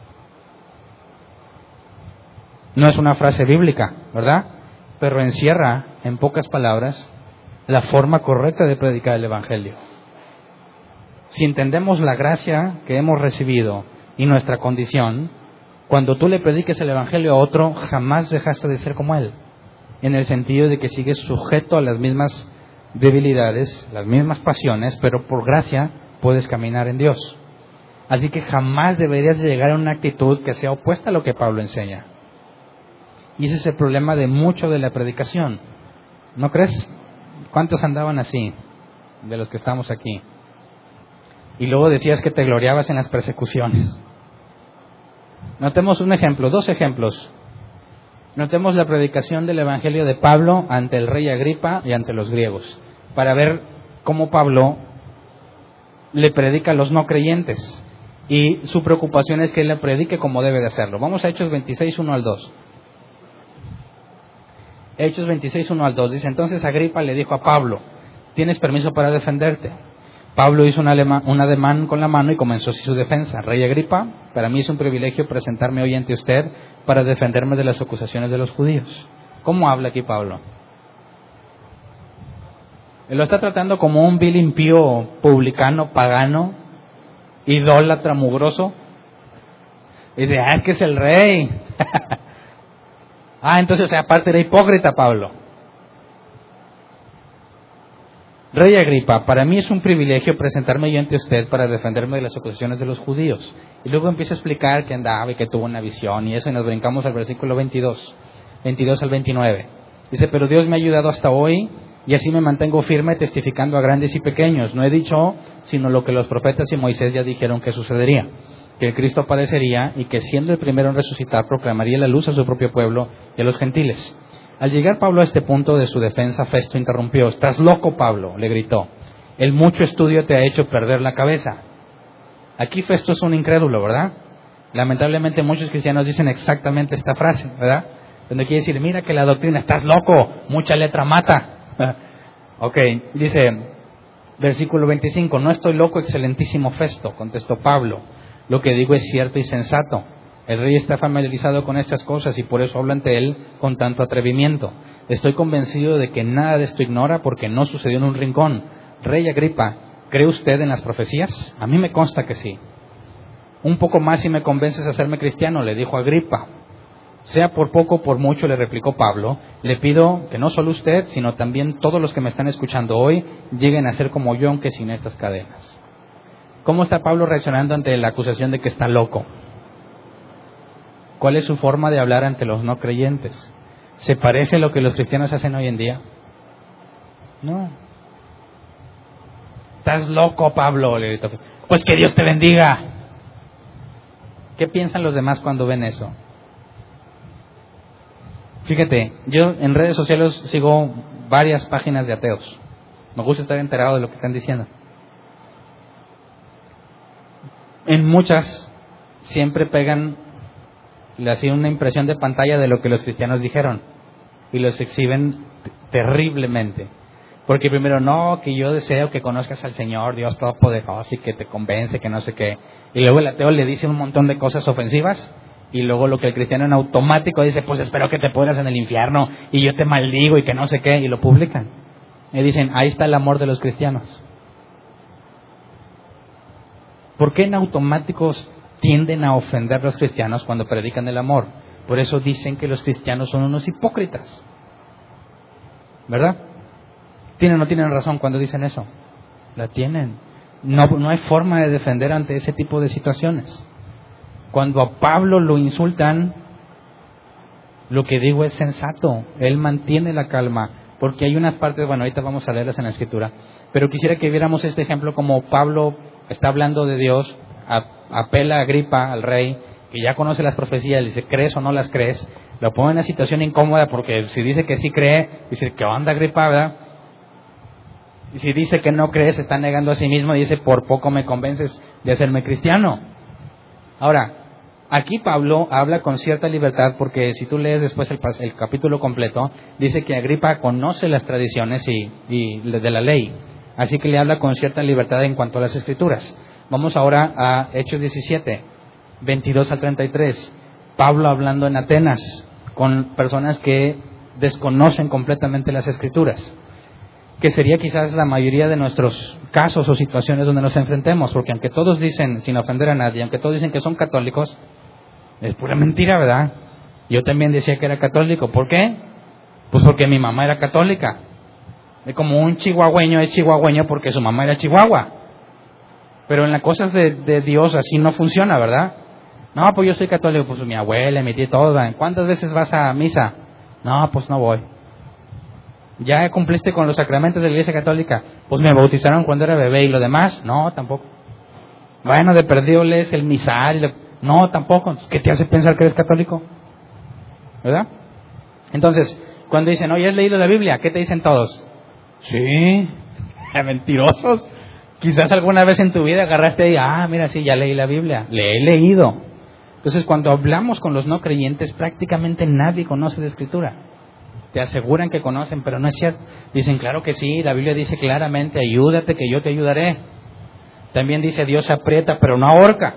No es una frase bíblica, ¿verdad? Pero encierra, en pocas palabras, la forma correcta de predicar el evangelio. Si entendemos la gracia que hemos recibido y nuestra condición, cuando tú le prediques el evangelio a otro, jamás dejaste de ser como él, en el sentido de que sigues sujeto a las mismas debilidades, las mismas pasiones, pero por gracia puedes caminar en Dios. Así que jamás deberías llegar a una actitud que sea opuesta a lo que Pablo enseña. Y ese es el problema de mucho de la predicación. ¿No crees? ¿Cuántos andaban así de los que estamos aquí? Y luego decías que te gloriabas en las persecuciones. Notemos un ejemplo, dos ejemplos. Notemos la predicación del Evangelio de Pablo ante el rey Agripa y ante los griegos, para ver cómo Pablo le predica a los no creyentes. Y su preocupación es que él le predique como debe de hacerlo. Vamos a Hechos veintiséis, uno al dos. Hechos veintiséis, uno al dos. Dice, entonces Agripa le dijo a Pablo, ¿tienes permiso para defenderte? Pablo hizo un, alema, un ademán con la mano y comenzó así su defensa. Rey Agripa, para mí es un privilegio presentarme hoy ante usted para defenderme de las acusaciones de los judíos. ¿Cómo habla aquí Pablo? Él lo está tratando como un vil impío, publicano, pagano, idólatra, mugroso. Y dice, ah, es que es el rey. ah, entonces aparte era hipócrita Pablo. Rey Agripa, para mí es un privilegio presentarme yo ante usted para defenderme de las acusaciones de los judíos. Y luego empieza a explicar que andaba y que tuvo una visión y eso, y nos brincamos al versículo veintidós, veintidós al veintinueve. Dice, pero Dios me ha ayudado hasta hoy y así me mantengo firme testificando a grandes y pequeños. No he dicho sino lo que los profetas y Moisés ya dijeron que sucedería, que el Cristo padecería y que siendo el primero en resucitar proclamaría la luz a su propio pueblo y a los gentiles. Al llegar Pablo a este punto de su defensa, Festo interrumpió. «Estás loco, Pablo», le gritó. «El mucho estudio te ha hecho perder la cabeza». Aquí Festo es un incrédulo, ¿verdad? Lamentablemente muchos cristianos dicen exactamente esta frase, ¿verdad? Donde quiere decir, mira que la doctrina, estás loco, mucha letra mata. ok, dice, versículo veinticinco, «No estoy loco, excelentísimo Festo», contestó Pablo. «Lo que digo es cierto y sensato. El rey está familiarizado con estas cosas y por eso habla ante él con tanto atrevimiento. Estoy convencido de que nada de esto ignora porque no sucedió en un rincón. Rey Agripa, ¿cree usted en las profecías? A mí me consta que sí». «Un poco más y me convences a hacerme cristiano», le dijo Agripa. «Sea por poco o por mucho», le replicó Pablo, «le pido que no solo usted, sino también todos los que me están escuchando hoy lleguen a ser como yo, aunque sin estas cadenas». ¿Cómo está Pablo reaccionando ante la acusación de que está loco? ¿Cuál es su forma de hablar ante los no creyentes? ¿Se parece a lo que los cristianos hacen hoy en día? No. «Estás loco, Pablo», le gritó. «Pues que Dios te bendiga». ¿Qué piensan los demás cuando ven eso? Fíjate, yo en redes sociales sigo varias páginas de ateos. Me gusta estar enterado de lo que están diciendo. En muchas siempre pegan le hacía una impresión de pantalla de lo que los cristianos dijeron y los exhiben terriblemente, porque primero, no, que yo deseo que conozcas al Señor Dios Todopoderoso y que te convence, que no sé qué, y luego el ateo le dice un montón de cosas ofensivas y luego lo que el cristiano en automático dice, pues espero que te pudras en el infierno y yo te maldigo y que no sé qué, y lo publican y dicen, ahí está el amor de los cristianos. ¿Por qué en automáticos tienden a ofender a los cristianos cuando predican el amor? Por eso dicen que los cristianos son unos hipócritas, ¿verdad? ¿Tienen o no tienen razón cuando dicen eso? La tienen. No, no hay forma de defender ante ese tipo de situaciones. Cuando a Pablo lo insultan, lo que digo es sensato. Él mantiene la calma, porque hay unas partes, bueno, ahorita vamos a leerlas en la Escritura, pero quisiera que viéramos este ejemplo como Pablo está hablando de Dios, apela a Agripa, al rey, que ya conoce las profecías, le dice, ¿crees o no las crees? Lo pone en una situación incómoda porque si dice que sí cree, dice, ¿qué onda, Agripa, verdad? Y si dice que no cree, se está negando a sí mismo y dice, por poco me convences de hacerme cristiano. Ahora, aquí Pablo habla con cierta libertad porque si tú lees después el, el capítulo completo, dice que Agripa conoce las tradiciones y, y de la ley, así que le habla con cierta libertad en cuanto a las Escrituras. Vamos ahora a Hechos diecisiete, veintidós al treinta y tres. Pablo hablando en Atenas con personas que desconocen completamente las Escrituras, que sería quizás la mayoría de nuestros casos o situaciones donde nos enfrentemos, porque aunque todos dicen, sin ofender a nadie, aunque todos dicen que son católicos, es pura mentira, ¿verdad? Yo también decía que era católico. ¿Por qué? Pues porque mi mamá era católica. Es como un chihuahueño es chihuahueño porque su mamá era chihuahua. Pero en las cosas de, de Dios así no funciona, ¿verdad? No, pues yo soy católico, pues mi abuela, mi tía, todos. ¿Cuántas veces vas a misa? No, pues no voy. ¿Ya cumpliste con los sacramentos de la Iglesia Católica? Pues me bautizaron cuando era bebé. ¿Y lo demás? No, tampoco. Bueno, de perdido lees el misal. Le... No, tampoco. ¿Qué te hace pensar que eres católico? ¿Verdad? Entonces, cuando dicen, oye, ¿has leído la Biblia? ¿Qué te dicen todos? Sí, mentirosos. Quizás alguna vez en tu vida agarraste y, ah, mira, sí, ya leí la Biblia. Le he leído. Entonces, cuando hablamos con los no creyentes, prácticamente nadie conoce de Escritura. Te aseguran que conocen, pero no es cierto. Dicen, claro que sí, la Biblia dice claramente, ayúdate que yo te ayudaré. También dice, Dios aprieta, pero no ahorca.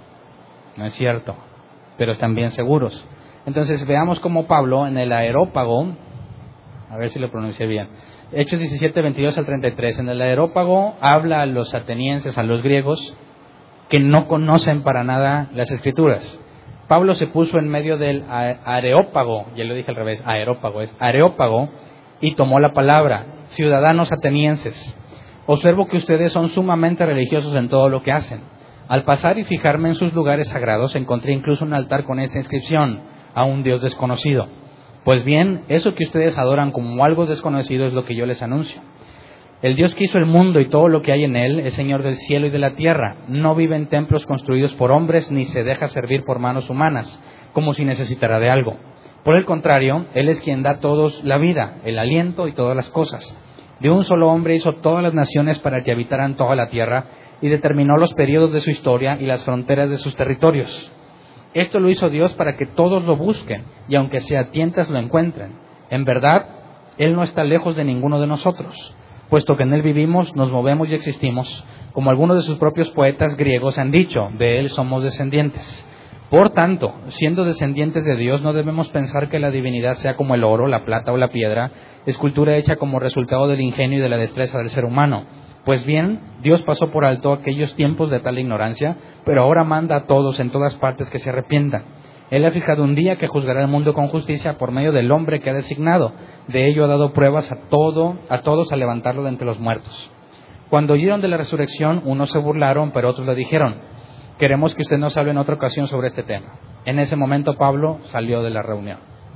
No es cierto, pero están bien seguros. Entonces, veamos cómo Pablo, en el Areópago, a ver si lo pronuncié bien, Hechos diecisiete, veintidós al treinta y tres, en el Areópago habla a los atenienses, a los griegos, que no conocen para nada las Escrituras. Pablo se puso en medio del Areópago, ya lo dije al revés, Areópago es Areópago, y tomó la palabra. Ciudadanos atenienses, observo que ustedes son sumamente religiosos en todo lo que hacen. Al pasar y fijarme en sus lugares sagrados, encontré incluso un altar con esta inscripción, a un Dios desconocido. Pues bien, eso que ustedes adoran como algo desconocido es lo que yo les anuncio. El Dios que hizo el mundo y todo lo que hay en él es Señor del cielo y de la tierra. No vive en templos construidos por hombres ni se deja servir por manos humanas, como si necesitara de algo. Por el contrario, Él es quien da a todos la vida, el aliento y todas las cosas. De un solo hombre hizo todas las naciones para que habitaran toda la tierra y determinó los periodos de su historia y las fronteras de sus territorios. Esto lo hizo Dios para que todos lo busquen y aunque sea a tientas lo encuentren. En verdad, Él no está lejos de ninguno de nosotros, puesto que en Él vivimos, nos movemos y existimos, como algunos de sus propios poetas griegos han dicho, de Él somos descendientes. Por tanto, siendo descendientes de Dios, no debemos pensar que la divinidad sea como el oro, la plata o la piedra, escultura hecha como resultado del ingenio y de la destreza del ser humano. Pues bien, Dios pasó por alto aquellos tiempos de tal ignorancia, pero ahora manda a todos en todas partes que se arrepientan. Él ha fijado un día que juzgará el mundo con justicia por medio del hombre que ha designado. De ello ha dado pruebas a todo, a todos al levantarlo de entre los muertos. Cuando oyeron de la resurrección, unos se burlaron, pero otros le dijeron, queremos que usted nos hable en otra ocasión sobre este tema. En ese momento Pablo salió de la reunión.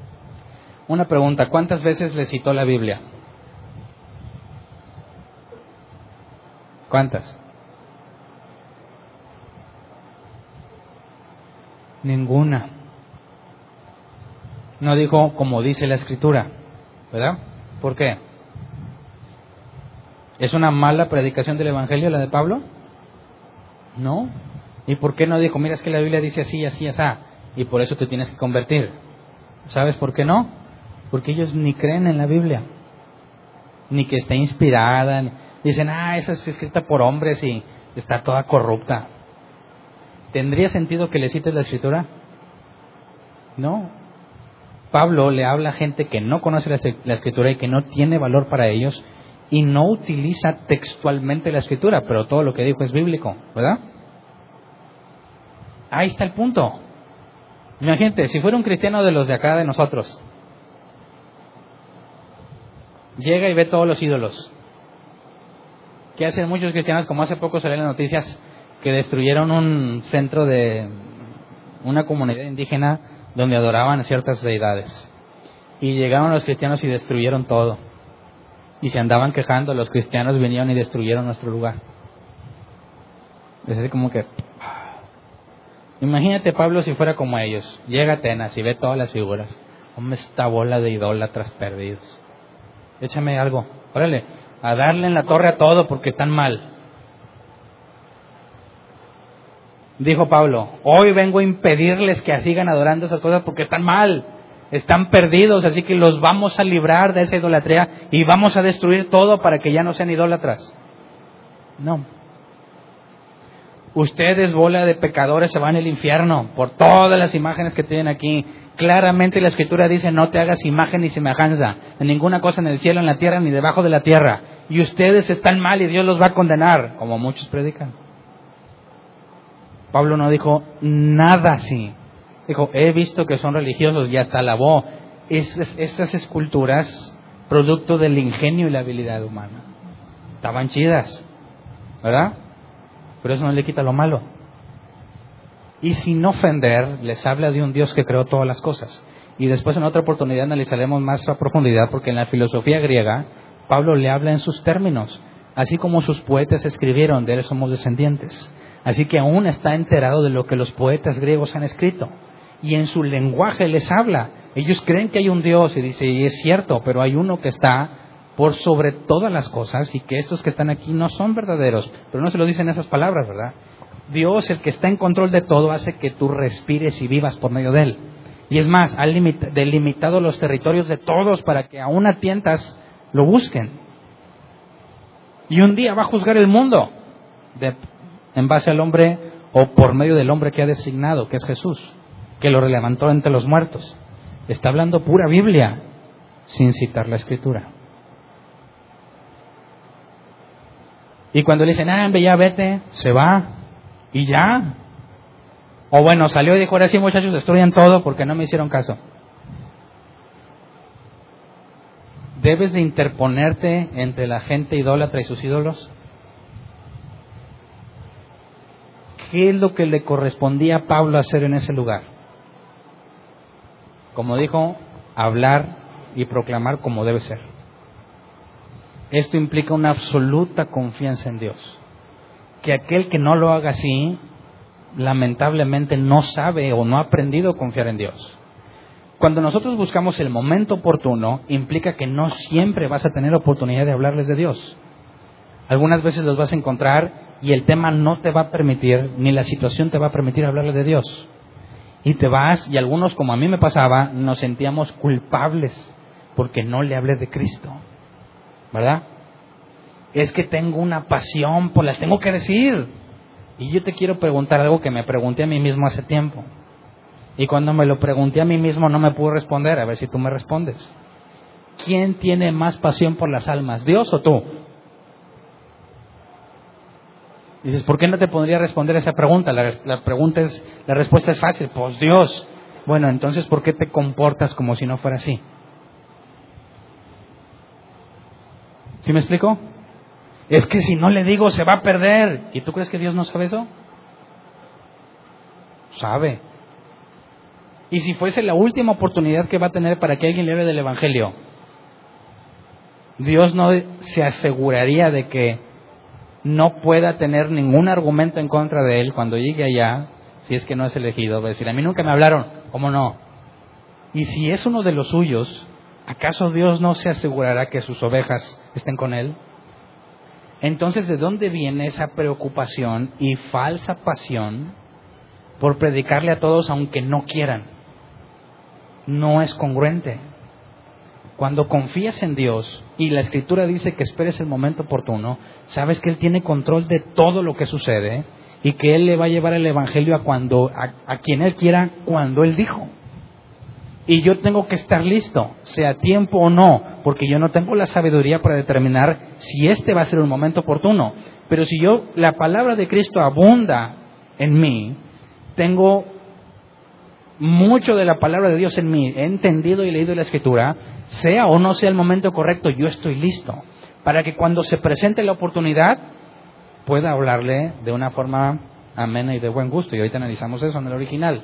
Una pregunta, ¿cuántas veces le citó la Biblia? ¿Cuántas? Ninguna. No dijo como dice la Escritura, ¿verdad? ¿Por qué? ¿Es una mala predicación del Evangelio la de Pablo? No. ¿Y por qué no dijo, mira, es que la Biblia dice así, así, así, y por eso te tienes que convertir? ¿Sabes por qué no? Porque ellos ni creen en la Biblia, ni que esté inspirada. Dicen, ah, esa es escrita por hombres y está toda corrupta. ¿Tendría sentido que le cites la Escritura? No. Pablo le habla a gente que no conoce la Escritura y que no tiene valor para ellos y no utiliza textualmente la Escritura, pero todo lo que dijo es bíblico, ¿verdad? Ahí está el punto. Imagínate, si fuera un cristiano de los de acá de nosotros, llega y ve todos los ídolos. ¿Qué hacen muchos cristianos? Como hace poco salieron las noticias que destruyeron un centro de una comunidad indígena donde adoraban a ciertas deidades. Y llegaron los cristianos y destruyeron todo. Y se andaban quejando, los cristianos vinieron y destruyeron nuestro lugar. Es así como que... Imagínate Pablo si fuera como ellos. Llega a Atenas y ve todas las figuras. Hombre, esta bola de idólatras perdidos. Échame algo. Órale, a darle en la torre a todo porque están mal. Dijo Pablo, hoy vengo a impedirles que sigan adorando esas cosas porque están mal. Están perdidos, así que los vamos a librar de esa idolatría y vamos a destruir todo para que ya no sean idólatras. No. Ustedes, bola de pecadores, se van al infierno por todas las imágenes que tienen aquí. Claramente la Escritura dice, no te hagas imagen ni semejanza en ninguna cosa en el cielo, en la tierra, ni debajo de la tierra. Y ustedes están mal y Dios los va a condenar, como muchos predican. Pablo no dijo nada así. Dijo, he visto que son religiosos y hasta alabó estas, estas esculturas, producto del ingenio y la habilidad humana. Estaban chidas, ¿verdad? pero eso no le quita lo malo. Y sin ofender, les habla de un Dios que creó todas las cosas. Y después en otra oportunidad analizaremos más a profundidad, porque en la filosofía griega, Pablo le habla en sus términos. Así como sus poetas escribieron, de él somos descendientes. Así que aún está enterado de lo que los poetas griegos han escrito. Y en su lenguaje les habla. Ellos creen que hay un Dios, y dice, y es cierto, pero hay uno que está por sobre todas las cosas, y que estos que están aquí no son verdaderos. Pero no se lo dicen esas palabras, ¿verdad? Dios, el que está en control de todo, hace que tú respires y vivas por medio de él. Y es más, ha limit- delimitado los territorios de todos para que aún a tientas lo busquen. Y un día va a juzgar el mundo de, en base al hombre o por medio del hombre que ha designado, que es Jesús, que lo levantó entre los muertos. Está hablando pura Biblia, sin citar la Escritura. Y cuando le dicen, ah, ya vete, se va, y ya. O bueno, salió y dijo, ahora sí muchachos, destruyan todo porque no me hicieron caso. ¿Debes de interponerte entre la gente idólatra y sus ídolos? ¿Qué es lo que le correspondía a Pablo hacer en ese lugar? Como dijo, hablar y proclamar como debe ser. Esto implica una absoluta confianza en Dios. Que aquel que no lo haga así, lamentablemente no sabe o no ha aprendido a confiar en Dios. Cuando nosotros buscamos el momento oportuno, implica que no siempre vas a tener oportunidad de hablarles de Dios. Algunas veces los vas a encontrar y el tema no te va a permitir, ni la situación te va a permitir hablarles de Dios. Y te vas, y algunos, como a mí me pasaba, nos sentíamos culpables porque no le hablé de Cristo. ¿Verdad? Es que tengo una pasión, pues las tengo que decir. Y yo te quiero preguntar algo que me pregunté a mí mismo hace tiempo. Y cuando me lo pregunté a mí mismo no me pude responder, a ver si tú me respondes. ¿Quién tiene más pasión por las almas, Dios o tú? Dices, ¿por qué no te podría responder esa pregunta? La, la pregunta es, la respuesta es fácil, pues Dios. Bueno, entonces ¿por qué te comportas como si no fuera así? ¿Sí me explico? Es que si no le digo se va a perder. ¿Y tú crees que Dios no sabe eso? Sabe. Y si fuese la última oportunidad que va a tener para que alguien le hable del Evangelio, Dios no se aseguraría de que no pueda tener ningún argumento en contra de él cuando llegue allá, si es que no es elegido. Va a decir, a mí nunca me hablaron. ¿Cómo no? Y si es uno de los suyos, ¿acaso Dios no se asegurará que sus ovejas estén con él? Entonces, ¿de dónde viene esa preocupación y falsa pasión por predicarle a todos aunque no quieran? No es congruente. Cuando confías en Dios y la Escritura dice que esperes el momento oportuno, sabes que Él tiene control de todo lo que sucede y que Él le va a llevar el Evangelio a, cuando, a, a quien Él quiera cuando Él dijo. Y yo tengo que estar listo, sea tiempo o no, porque yo no tengo la sabiduría para determinar si este va a ser un momento oportuno. Pero si yo, la palabra de Cristo abunda en mí, tengo mucho de la palabra de Dios en mí, he entendido y leído la Escritura, sea o no sea el momento correcto, yo estoy listo, para que cuando se presente la oportunidad, pueda hablarle de una forma amena y de buen gusto. Y ahorita analizamos eso en el original.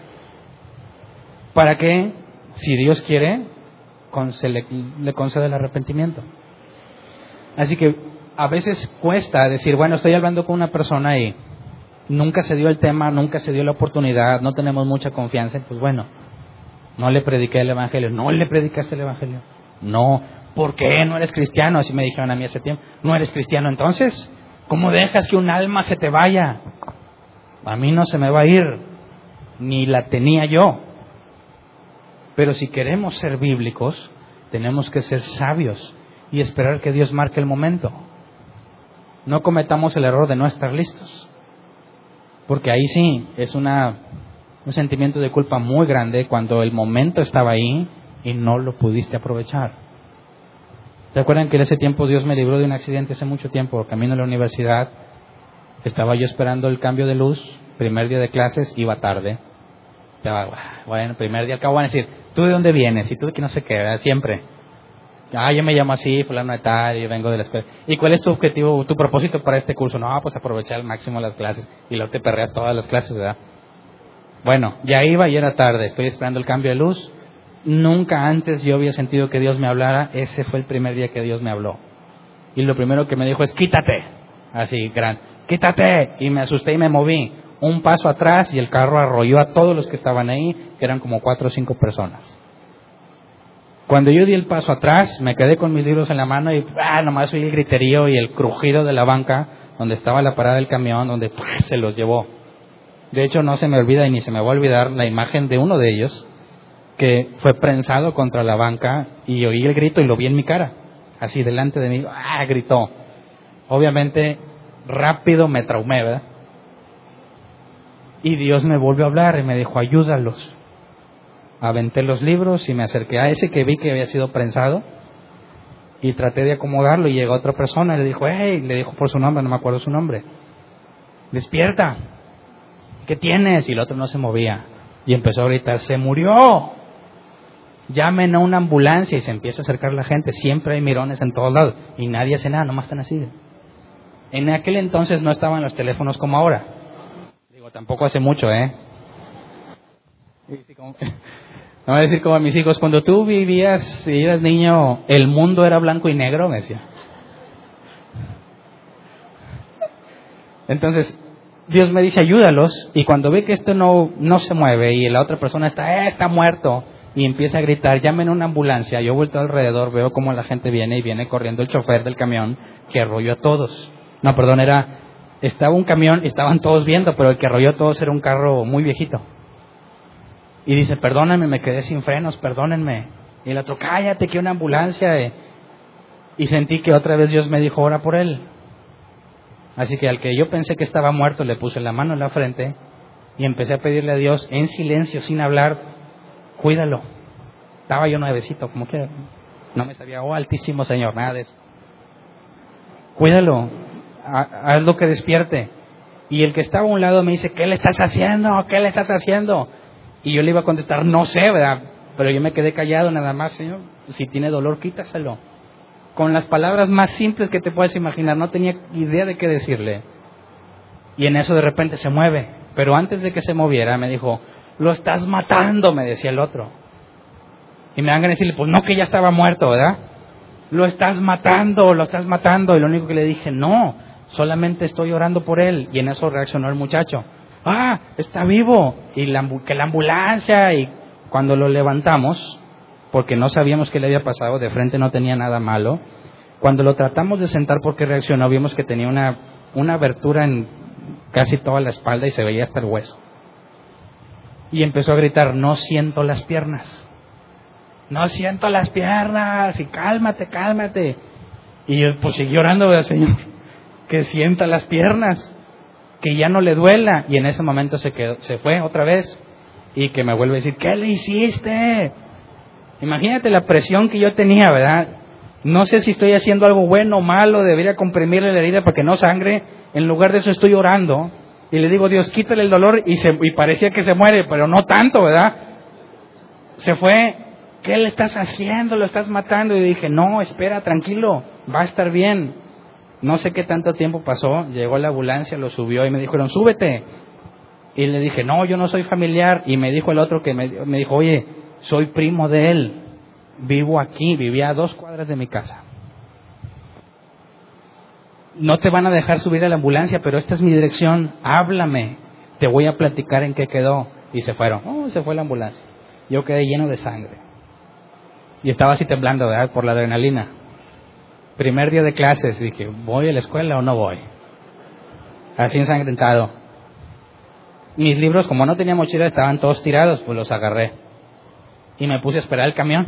Para que, si Dios quiere, se le, le concede el arrepentimiento. Así que a veces cuesta decir, bueno, estoy hablando con una persona y nunca se dio el tema, nunca se dio la oportunidad, no tenemos mucha confianza. Pues bueno, no le prediqué el Evangelio. No le predicaste el Evangelio. No, ¿por qué no eres cristiano? Así me dijeron a mí hace tiempo. ¿No eres cristiano entonces? ¿Cómo dejas que un alma se te vaya? A mí no se me va a ir, ni la tenía yo. Pero si queremos ser bíblicos, tenemos que ser sabios y esperar que Dios marque el momento. No cometamos el error de no estar listos, porque ahí sí es una, un sentimiento de culpa muy grande cuando el momento estaba ahí y no lo pudiste aprovechar. ¿Se acuerdan que en ese tiempo Dios me libró de un accidente hace mucho tiempo? Camino a la universidad, estaba yo esperando el cambio de luz, primer día de clases, iba tarde. Estaba, bueno, primer día al cabo van a decir, ¿tú de dónde vienes? Y tú de que no sé qué, ¿verdad? Siempre. Ah, yo me llamo así, fulano de tal, y vengo de la escuela. ¿Y cuál es tu objetivo, tu propósito para este curso? No, pues aprovechar al máximo las clases. Y luego te perreas todas las clases, ¿verdad? Bueno, ya iba y era tarde. Estoy esperando el cambio de luz. Nunca antes yo había sentido que Dios me hablara. Ese fue el primer día que Dios me habló. Y lo primero que me dijo es, quítate. Así, gran, quítate. Y me asusté y me moví. Un paso atrás y el carro arrolló a todos los que estaban ahí, que eran como cuatro o cinco personas. Cuando yo di el paso atrás, me quedé con mis libros en la mano y ah, nomás oí el griterío y el crujido de la banca donde estaba la parada del camión, donde pues, se los llevó. De hecho, no se me olvida y ni se me va a olvidar la imagen de uno de ellos que fue prensado contra la banca y oí el grito y lo vi en mi cara, así delante de mí, ¡ah! Gritó. Obviamente, rápido me traumé, ¿verdad? Y Dios me volvió a hablar y me dijo, ayúdalos. Aventé los libros y me acerqué a ese que vi que había sido prensado y traté de acomodarlo y llegó otra persona y le dijo, hey, le dijo por su nombre, no me acuerdo su nombre, despierta, ¿qué tienes? Y el otro no se movía y empezó a gritar, se murió, llamen a una ambulancia. Y se empieza a acercar la gente, siempre hay mirones en todos lados y nadie hace nada, nomás están así. En aquel entonces no estaban los teléfonos como ahora, digo, tampoco hace mucho, ¿eh? No voy a decir como a mis hijos, cuando tú vivías y eras niño, el mundo era blanco y negro, me decía. Entonces, Dios me dice, ayúdalos, y cuando ve que esto no, no se mueve y la otra persona está, eh, está muerto, y empieza a gritar, llamen a una ambulancia, yo vuelto alrededor, veo como la gente viene y viene corriendo el chofer del camión que arrolló a todos. No, perdón, era, estaba un camión y estaban todos viendo, pero el que arrolló a todos era un carro muy viejito. Y dice, perdónenme, me quedé sin frenos, perdónenme. Y el otro, cállate, que una ambulancia. Y sentí que otra vez Dios me dijo, ora por él. Así que al que yo pensé que estaba muerto, le puse la mano en la frente y empecé a pedirle a Dios, en silencio, sin hablar, cuídalo. Estaba yo nuevecito, como que no me sabía, oh altísimo Señor, nada de eso. Cuídalo, haz lo que despierte. Y el que estaba a un lado me dice, ¿qué le estás haciendo? ¿Qué le estás haciendo? Y yo le iba a contestar, no sé, ¿verdad? Pero yo me quedé callado nada más, Señor. Si tiene dolor, quítaselo. Con las palabras más simples que te puedes imaginar. No tenía idea de qué decirle. Y en eso de repente se mueve. Pero antes de que se moviera, me dijo, lo estás matando, me decía el otro. Y me dan ganas de decirle, pues no, que ya estaba muerto, ¿verdad? Lo estás matando, lo estás matando. Y lo único que le dije, no, solamente estoy orando por él. Y en eso reaccionó el muchacho. Ah, está vivo, y la, que la ambulancia. Y cuando lo levantamos, porque no sabíamos qué le había pasado, de frente no tenía nada malo, cuando lo tratamos de sentar porque reaccionó, vimos que tenía una, una abertura en casi toda la espalda y se veía hasta el hueso. Y empezó a gritar, no siento las piernas, no siento las piernas, y cálmate, cálmate. Y yo pues seguí orando, ¿verdad, Señor? Que sienta las piernas, que ya no le duela. Y en ese momento se quedó, se fue otra vez y que me vuelve a decir, ¿qué le hiciste? Imagínate la presión que yo tenía, ¿verdad? No sé si estoy haciendo algo bueno o malo, debería comprimirle la herida para que no sangre. En lugar de eso estoy orando y le digo, Dios, quítale el dolor, y, se, y parecía que se muere, pero no tanto, ¿verdad? Se fue, ¿qué le estás haciendo? Lo estás matando. Y dije, no, espera, tranquilo, va a estar bien. No sé qué tanto tiempo pasó, llegó la ambulancia, lo subió y me dijeron, súbete. Y le dije, no, yo no soy familiar. Y me dijo el otro que me, me dijo, oye, soy primo de él, vivo aquí, vivía a dos cuadras de mi casa. No te van a dejar subir a la ambulancia, pero esta es mi dirección, háblame, te voy a platicar en qué quedó. Y se fueron, oh, se fue la ambulancia. Yo quedé lleno de sangre. Y estaba así temblando, ¿verdad? Por la adrenalina. Primer día de clases, dije, ¿voy a la escuela o no voy? Así ensangrentado. Mis libros, como no tenía mochila, estaban todos tirados, pues los agarré. Y me puse a esperar el camión.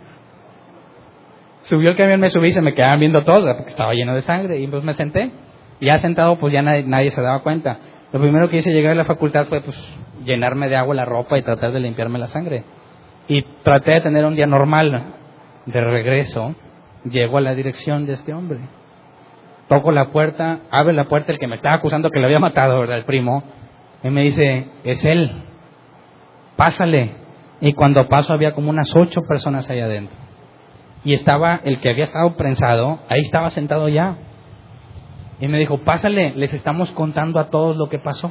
Subió el camión, me subí y se me quedaban viendo todos, porque estaba lleno de sangre. Y pues me senté. Y ya sentado, pues ya nadie, nadie se daba cuenta. Lo primero que hice llegar a la facultad fue pues llenarme de agua la ropa y tratar de limpiarme la sangre. Y traté de tener un día normal. De regreso, llego a la dirección de este hombre. Toco la puerta, abre la puerta el que me estaba acusando que lo había matado, ¿verdad? El primo. Y me dice, es él, pásale. Y cuando paso había como unas ocho personas ahí adentro. Y estaba el que había estado prensado, ahí estaba sentado ya. Y me dijo, pásale, les estamos contando a todos lo que pasó.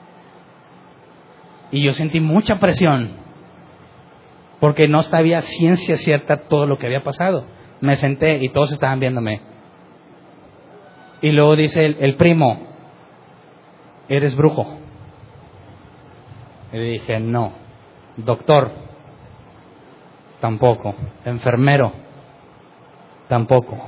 Y yo sentí mucha presión, porque no sabía ciencia cierta todo lo que había pasado. Me senté y todos estaban viéndome. Y luego dice el, el primo, ¿eres brujo? Y le dije, no. Doctor, tampoco. Enfermero, tampoco.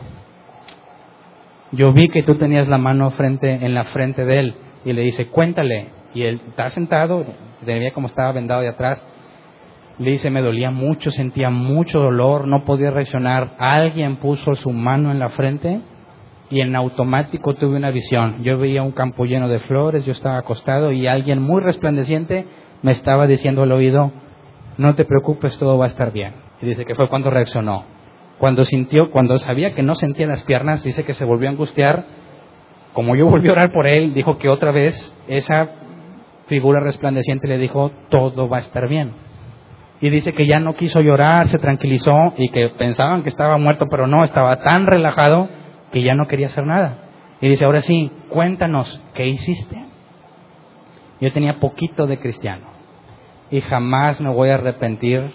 Yo vi que tú tenías la mano frente en la frente de él. Y le dice, cuéntale. Y él está sentado, veía como estaba vendado de atrás. Le dice, me dolía mucho, sentía mucho dolor, no podía reaccionar. Alguien puso su mano en la frente y en automático tuve una visión. Yo veía un campo lleno de flores, yo estaba acostado y alguien muy resplandeciente me estaba diciendo al oído, no te preocupes, todo va a estar bien. Y dice que fue cuando reaccionó. Cuando sintió, cuando sabía que no sentía las piernas, dice que se volvió a angustiar. Como yo volví a orar por él, dijo que otra vez esa figura resplandeciente le dijo, todo va a estar bien. Y dice que ya no quiso llorar, se tranquilizó y que pensaban que estaba muerto, pero no, estaba tan relajado que ya no quería hacer nada. Y dice, ahora sí, cuéntanos, ¿qué hiciste? Yo tenía poquito de cristiano y jamás me voy a arrepentir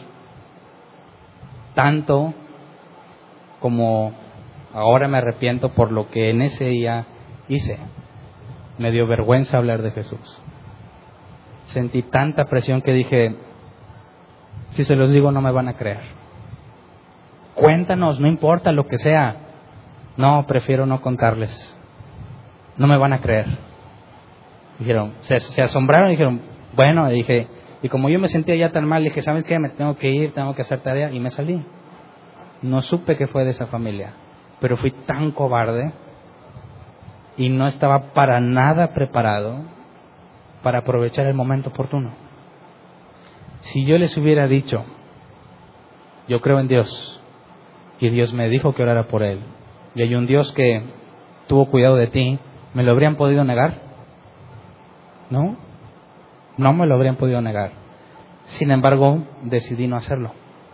tanto como ahora me arrepiento por lo que en ese día hice. Me dio vergüenza hablar de Jesús. Sentí tanta presión que dije, si se los digo no me van a creer. Cuéntanos, no importa lo que sea. No, prefiero no contarles. No me van a creer. Dijeron, se, se asombraron y dijeron, bueno, y dije, y como yo me sentía ya tan mal, dije, ¿sabes qué? Me tengo que ir, tengo que hacer tarea, y me salí. No supe que fue de esa familia, pero fui tan cobarde y no estaba para nada preparado para aprovechar el momento oportuno. Si yo les hubiera dicho, yo creo en Dios, y Dios me dijo que orara por Él, y hay un Dios que tuvo cuidado de ti, ¿me lo habrían podido negar? No, no me lo habrían podido negar. Sin embargo, decidí no hacerlo.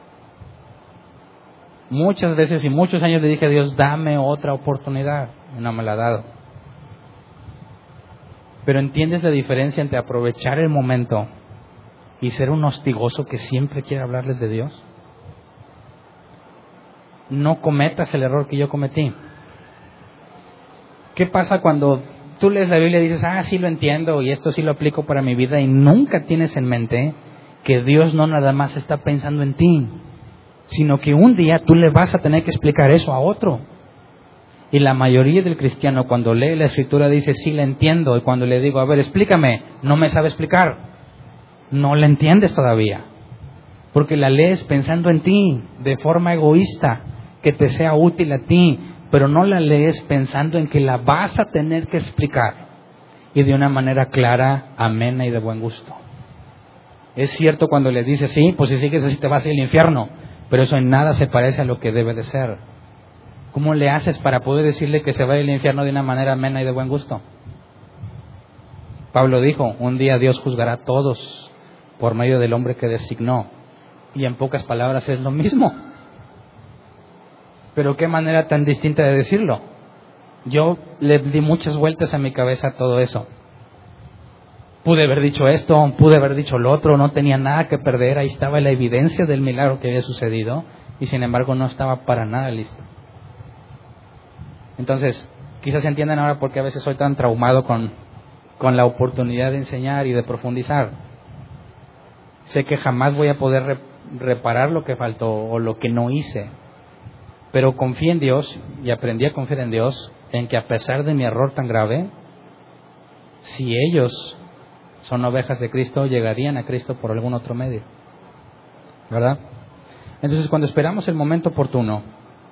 Muchas veces y muchos años le dije a Dios, dame otra oportunidad, y no me la ha dado. Pero ¿entiendes la diferencia entre aprovechar el momento y ser un hostigoso que siempre quiere hablarles de Dios? No cometas el error que yo cometí. ¿Qué pasa cuando tú lees la Biblia y dices, ah, sí lo entiendo y esto sí lo aplico para mi vida, y nunca tienes en mente que Dios no nada más está pensando en ti, sino que un día tú le vas a tener que explicar eso a otro? Y la mayoría del cristiano cuando lee la Escritura dice, sí la entiendo, y cuando le digo, a ver, explícame, no me sabe explicar. No la entiendes todavía, porque la lees pensando en ti, de forma egoísta, que te sea útil a ti, pero no la lees pensando en que la vas a tener que explicar, y de una manera clara, amena y de buen gusto. Es cierto cuando le dices, sí, pues si sigues así te vas a ir al infierno, pero eso en nada se parece a lo que debe de ser. ¿Cómo le haces para poder decirle que se va al infierno de una manera amena y de buen gusto? Pablo dijo, un día Dios juzgará a todos por medio del hombre que designó. Y en pocas palabras es lo mismo. Pero qué manera tan distinta de decirlo. Yo le di muchas vueltas a mi cabeza a todo eso. Pude haber dicho esto, pude haber dicho lo otro, no tenía nada que perder. Ahí estaba la evidencia del milagro que había sucedido, y sin embargo no estaba para nada listo. Entonces, quizás entiendan ahora por qué a veces soy tan traumado con, con la oportunidad de enseñar y de profundizar. Sé que jamás voy a poder re, reparar lo que faltó o lo que no hice, pero confié en Dios y aprendí a confiar en Dios, en que a pesar de mi error tan grave, si ellos son ovejas de Cristo, llegarían a Cristo por algún otro medio, ¿verdad? Entonces, cuando esperamos el momento oportuno,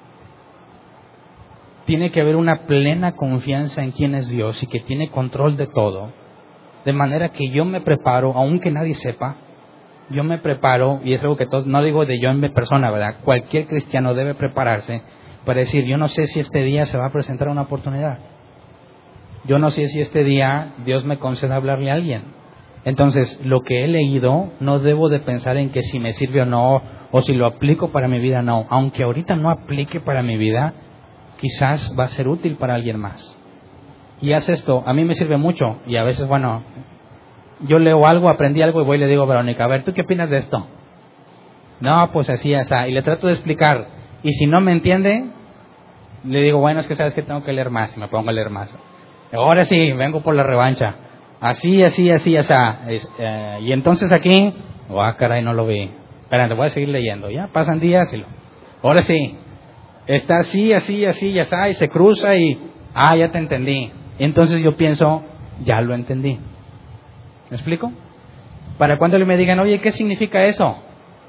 tiene que haber una plena confianza en quién es Dios y que tiene control de todo, de manera que yo me preparo, aunque nadie sepa, yo me preparo, y es algo que todos, no digo de yo en mi persona, ¿verdad? Cualquier cristiano debe prepararse para decir, yo no sé si este día se va a presentar una oportunidad. Yo no sé si este día Dios me conceda hablarle a alguien. Entonces, lo que he leído, no debo de pensar en que si me sirve o no, o si lo aplico para mi vida, no. Aunque ahorita no aplique para mi vida, quizás va a ser útil para alguien más. Y haz esto, a mí me sirve mucho, y a veces, bueno, yo leo algo, aprendí algo y voy y le digo a Verónica, a ver, ¿tú qué opinas de esto? No, pues así, así, y le trato de explicar, y si no me entiende, le digo, bueno, es que sabes que tengo que leer más, y me pongo a leer más. Ahora sí, vengo por la revancha. Así, así, así, así. Es, eh, y entonces aquí, oh, ah, caray, no lo vi. Espérate, voy a seguir leyendo. Ya pasan días y lo... Ahora sí, está así, así, así, ya está, y se cruza y... Ah, ya te entendí. Entonces yo pienso, ya lo entendí. ¿Me explico? Para cuando me digan, oye, ¿qué significa eso?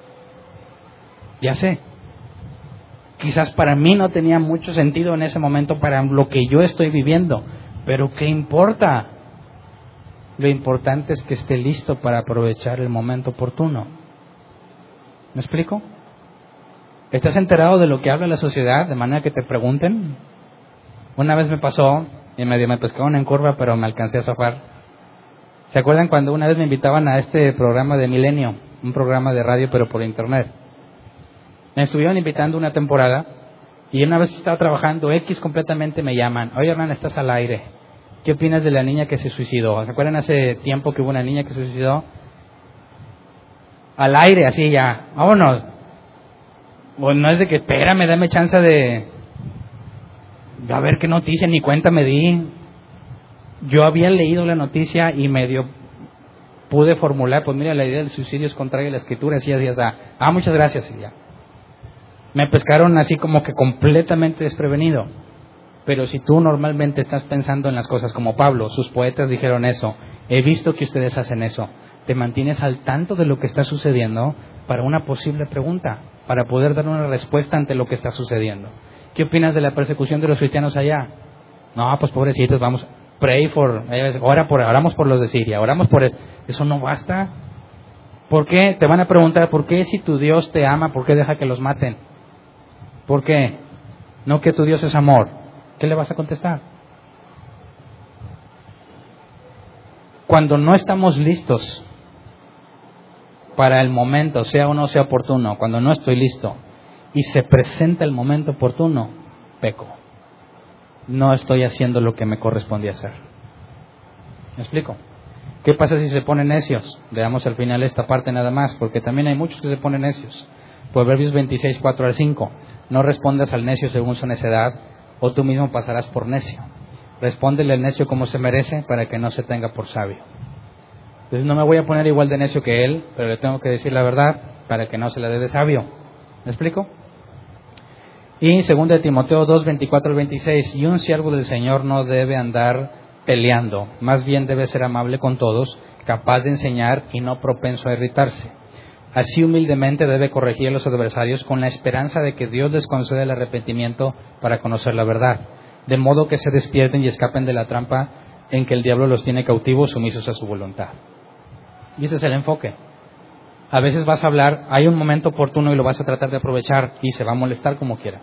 Ya sé. Quizás para mí no tenía mucho sentido en ese momento para lo que yo estoy viviendo. Pero ¿qué importa? Lo importante es que esté listo para aprovechar el momento oportuno. ¿Me explico? ¿Estás enterado de lo que habla la sociedad de manera que te pregunten? Una vez me pasó, y medio me pescaron en curva, pero me alcancé a zafar. ¿Se acuerdan cuando una vez me invitaban a este programa de Milenio? Un programa de radio, pero por internet. Me estuvieron invitando una temporada, y una vez estaba trabajando, X completamente me llaman. Oye, Hernán, estás al aire. ¿Qué opinas de la niña que se suicidó? ¿Se acuerdan hace tiempo que hubo una niña que se suicidó? Al aire, así ya. Vámonos. Bueno, no es de que, espérame, dame chance de... de a ver qué noticia, ni cuenta me di. Yo había leído la noticia y medio pude formular, pues mira, la idea del suicidio es contraria a la escritura, así, así, así. Ah, muchas gracias, y ya. Me pescaron así como que completamente desprevenido. Pero si tú normalmente estás pensando en las cosas como Pablo, sus poetas dijeron eso, he visto que ustedes hacen eso, te mantienes al tanto de lo que está sucediendo para una posible pregunta, para poder dar una respuesta ante lo que está sucediendo. ¿Qué opinas de la persecución de los cristianos allá? No, pues pobrecitos, vamos, pray for, ora por, oramos por los de Siria, oramos por, el, eso no basta. ¿Por qué? Te van a preguntar, ¿por qué si tu Dios te ama, por qué deja que los maten? ¿Por qué? No que tu Dios es amor. ¿Qué le vas a contestar? Cuando no estamos listos para el momento, sea o no sea oportuno, cuando no estoy listo y se presenta el momento oportuno, peco. No estoy haciendo lo que me correspondía hacer. ¿Me explico? ¿Qué pasa si se ponen necios? Veamos al final esta parte nada más, porque también hay muchos que se ponen necios. Proverbios veintiséis, cuatro al cinco. No respondas al necio según su necedad, o tú mismo pasarás por necio. Respóndele al necio como se merece, para que no se tenga por sabio. Entonces no me voy a poner igual de necio que él, pero le tengo que decir la verdad, para que no se le dé de sabio. ¿Me explico? Y segunda de Timoteo dos, veinticuatro al veintiséis. Y un siervo del Señor no debe andar peleando, más bien debe ser amable con todos, capaz de enseñar y no propenso a irritarse. Así humildemente debe corregir a los adversarios con la esperanza de que Dios les conceda el arrepentimiento para conocer la verdad, de modo que se despierten y escapen de la trampa en que el diablo los tiene cautivos, sumisos a su voluntad. Y ese es el enfoque. A veces vas a hablar, hay un momento oportuno y lo vas a tratar de aprovechar y se va a molestar como quiera.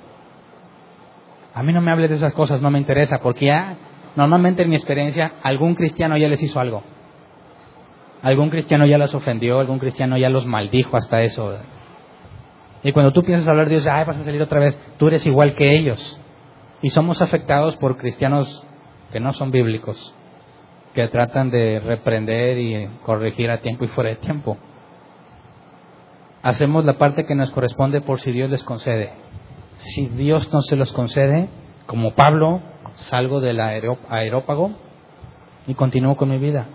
A mí no me hable de esas cosas, no me interesa, porque ya, normalmente en mi experiencia, algún cristiano ya les hizo algo. Algún cristiano ya los ofendió, algún cristiano ya los maldijo, hasta eso. Y cuando tú piensas hablar de Dios, ay, vas a salir otra vez, tú eres igual que ellos. Y somos afectados por cristianos que no son bíblicos, que tratan de reprender y corregir a tiempo y fuera de tiempo. Hacemos la parte que nos corresponde por si Dios les concede. Si Dios no se los concede, como Pablo, salgo del aerópago y continúo con mi vida.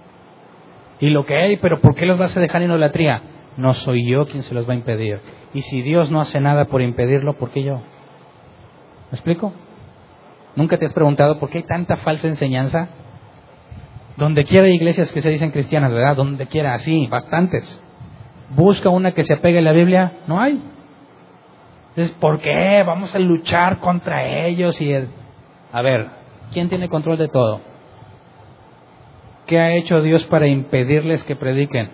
Y lo que hay, pero ¿por qué los vas a dejar en idolatría? No soy yo quien se los va a impedir. Y si Dios no hace nada por impedirlo, ¿por qué yo? ¿Me explico? ¿Nunca te has preguntado por qué hay tanta falsa enseñanza? Donde quiera hay iglesias que se dicen cristianas, ¿verdad? Donde quiera, así, bastantes. Busca una que se apegue a la Biblia, no hay. Entonces, ¿por qué? Vamos a luchar contra ellos y... El... A ver, ¿quién tiene control de todo? ¿Qué ha hecho Dios para impedirles que prediquen?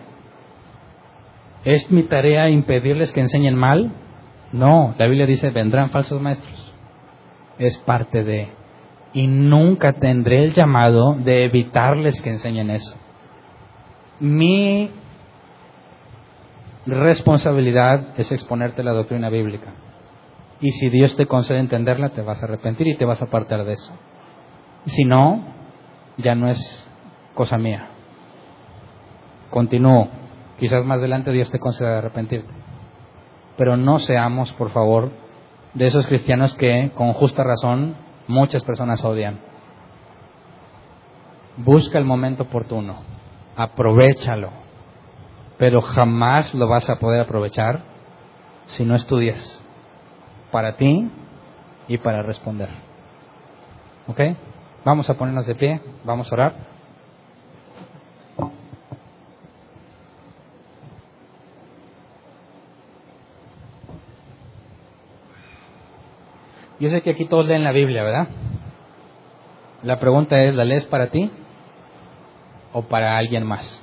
¿Es mi tarea impedirles que enseñen mal? No, la Biblia dice, vendrán falsos maestros. Es parte de... Y nunca tendré el llamado de evitarles que enseñen eso. Mi responsabilidad es exponerte la doctrina bíblica. Y si Dios te concede entenderla, te vas a arrepentir y te vas a apartar de eso. Si no, ya no es cosa mía. Continúo. Quizás más adelante Dios te conceda arrepentirte. Pero no seamos, por favor, de esos cristianos que, con justa razón, muchas personas odian. Busca el momento oportuno. Aprovéchalo. Pero jamás lo vas a poder aprovechar si no estudias para ti y para responder. ¿Ok? Vamos a ponernos de pie, vamos a orar. Yo sé que aquí todos leen la Biblia, ¿verdad? La pregunta es, ¿la lees para ti o para alguien más?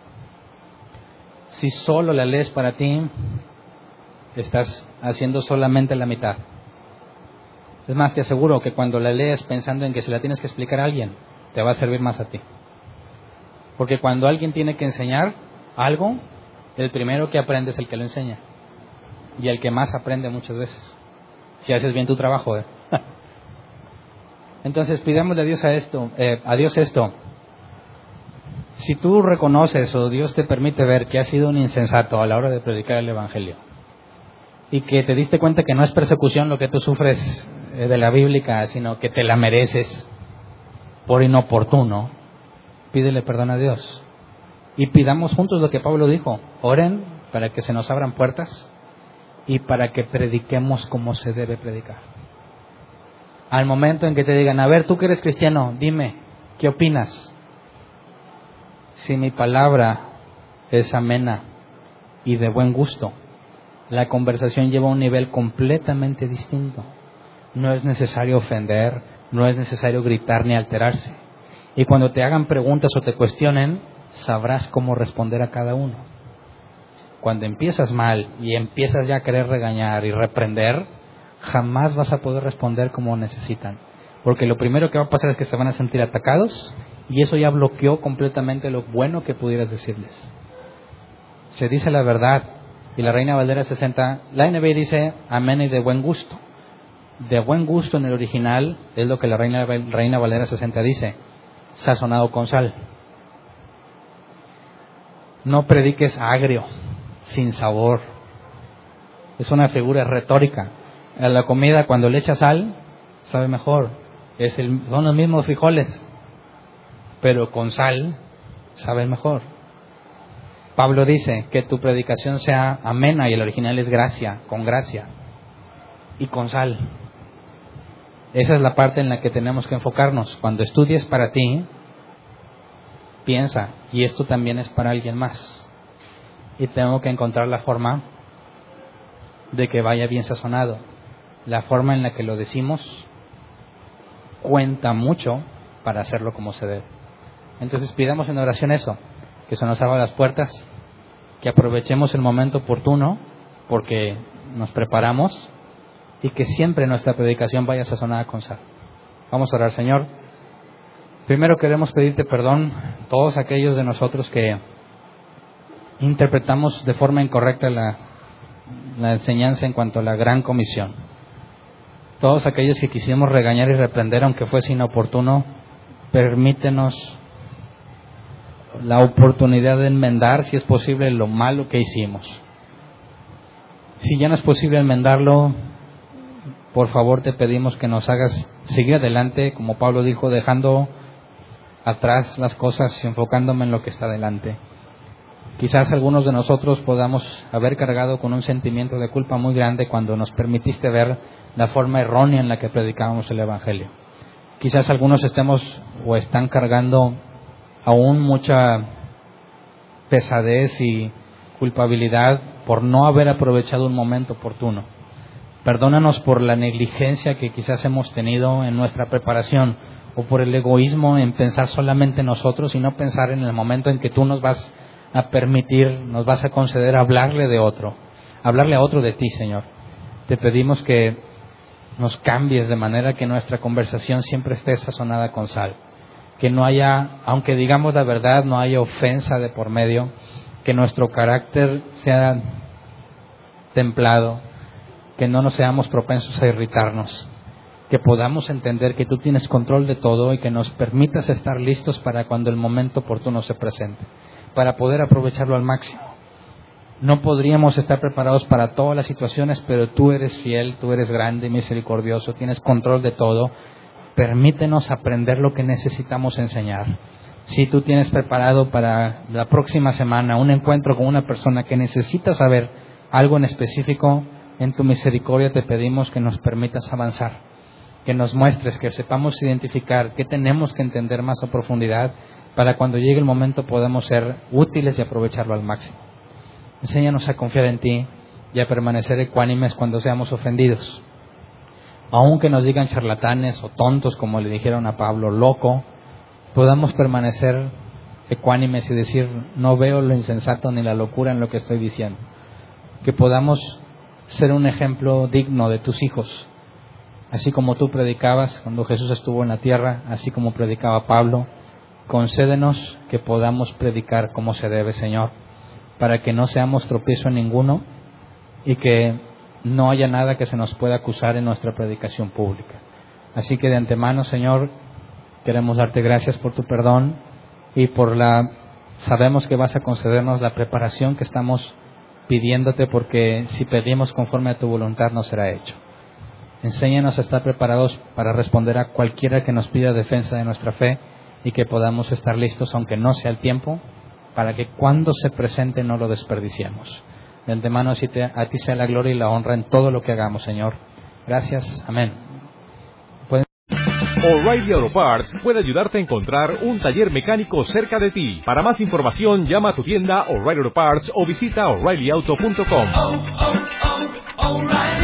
Si solo la lees para ti, estás haciendo solamente la mitad. Es más, te aseguro que cuando la lees pensando en que se la tienes que explicar a alguien, te va a servir más a ti. Porque cuando alguien tiene que enseñar algo, el primero que aprende es el que lo enseña. Y el que más aprende muchas veces. Si haces bien tu trabajo, ¿eh? Entonces pidámosle a Dios a esto, eh, a Dios esto. Si tú reconoces o Dios te permite ver que has sido un insensato a la hora de predicar el Evangelio y que te diste cuenta que no es persecución lo que tú sufres de la bíblica, sino que te la mereces por inoportuno, pídele perdón a Dios. Y pidamos juntos lo que Pablo dijo: oren para que se nos abran puertas y para que prediquemos como se debe predicar. Al momento en que te digan, a ver, tú que eres cristiano, dime, ¿qué opinas? Si mi palabra es amena y de buen gusto, la conversación lleva a un nivel completamente distinto. No es necesario ofender, no es necesario gritar ni alterarse. Y cuando te hagan preguntas o te cuestionen, sabrás cómo responder a cada uno. Cuando empiezas mal y empiezas ya a querer regañar y reprender, jamás vas a poder responder como necesitan. Porque lo primero que va a pasar es que se van a sentir atacados y eso ya bloqueó completamente lo bueno que pudieras decirles. Se dice la verdad y la Reina Valera sesenta, la N B dice amén y de buen gusto. De buen gusto en el original es lo que la Reina, Reina Valera sesenta dice, sazonado con sal. No prediques agrio, sin sabor. Es una figura retórica. A la comida cuando le echas sal, sabe mejor. Es el, son los mismos frijoles, pero con sal sabe mejor. Pablo dice que tu predicación sea amena y el original es gracia, con gracia y con sal. Esa es la parte en la que tenemos que enfocarnos. Cuando estudies para ti, piensa, y esto también es para alguien más. Y tengo que encontrar la forma de que vaya bien sazonado. La forma en la que lo decimos cuenta mucho para hacerlo como se debe. Entonces pidamos en oración eso, que se nos abran las puertas, que aprovechemos el momento oportuno, porque nos preparamos, y que siempre nuestra predicación vaya sazonada con sal. Vamos a orar. Señor, primero queremos pedirte perdón todos aquellos de nosotros que interpretamos de forma incorrecta la, la enseñanza en cuanto a la gran comisión. Todos aquellos que quisimos regañar y reprender aunque fuese inoportuno, permítenos la oportunidad de enmendar, si es posible, lo malo que hicimos. Si ya no es posible enmendarlo, por favor te pedimos que nos hagas seguir adelante, como Pablo dijo, dejando atrás las cosas y enfocándome en lo que está delante. Quizás algunos de nosotros podamos haber cargado con un sentimiento de culpa muy grande cuando nos permitiste ver la forma errónea en la que predicábamos el Evangelio. Quizás algunos estemos o están cargando aún mucha pesadez y culpabilidad por no haber aprovechado un momento oportuno. Perdónanos por la negligencia que quizás hemos tenido en nuestra preparación o por el egoísmo en pensar solamente en nosotros y no pensar en el momento en que tú nos vas a permitir, nos vas a conceder hablarle de otro, hablarle a otro de ti, Señor. Te pedimos que nos cambies de manera que nuestra conversación siempre esté sazonada con sal. Que no haya, aunque digamos la verdad, no haya ofensa de por medio. que nuestro carácter sea templado, que no nos seamos propensos a irritarnos, que podamos entender que tú tienes control de todo y que nos permitas estar listos para cuando el momento oportuno se presente, para poder aprovecharlo al máximo. No podríamos estar preparados para todas las situaciones, pero tú eres fiel, tú eres grande y misericordioso, tienes control de todo. Permítenos aprender lo que necesitamos enseñar. Si tú tienes preparado para la próxima semana un encuentro con una persona que necesita saber algo en específico, en tu misericordia te pedimos que nos permitas avanzar, que nos muestres, que sepamos identificar qué tenemos que entender más a profundidad para cuando llegue el momento podamos ser útiles y aprovecharlo al máximo. Enséñanos a confiar en ti y a permanecer ecuánimes cuando seamos ofendidos. Aunque nos digan charlatanes o tontos, como le dijeron a Pablo, loco, podamos permanecer ecuánimes y decir, no veo lo insensato ni la locura en lo que estoy diciendo. Que podamos ser un ejemplo digno de tus hijos, así como tú predicabas cuando Jesús estuvo en la tierra, así como predicaba Pablo. Concédenos que podamos predicar como se debe, Señor, para que no seamos tropiezo en ninguno y que no haya nada que se nos pueda acusar en nuestra predicación pública. Así que de antemano, Señor, queremos darte gracias por tu perdón y por la... Sabemos que vas a concedernos la preparación que estamos pidiéndote, porque si pedimos conforme a tu voluntad no será hecho. Enséñanos a estar preparados para responder a cualquiera que nos pida defensa de nuestra fe y que podamos estar listos, aunque no sea el tiempo, para que cuando se presente no lo desperdiciemos. De antemano, así te, a ti sea la gloria y la honra en todo lo que hagamos, Señor. Gracias. Amén. ¿Pueden... O'Reilly Auto Parts puede ayudarte a encontrar un taller mecánico cerca de ti. Para más información, llama a tu tienda O'Reilly Auto Parts o visita O'Reilly Auto punto com. Oh, oh, oh, O'Reilly.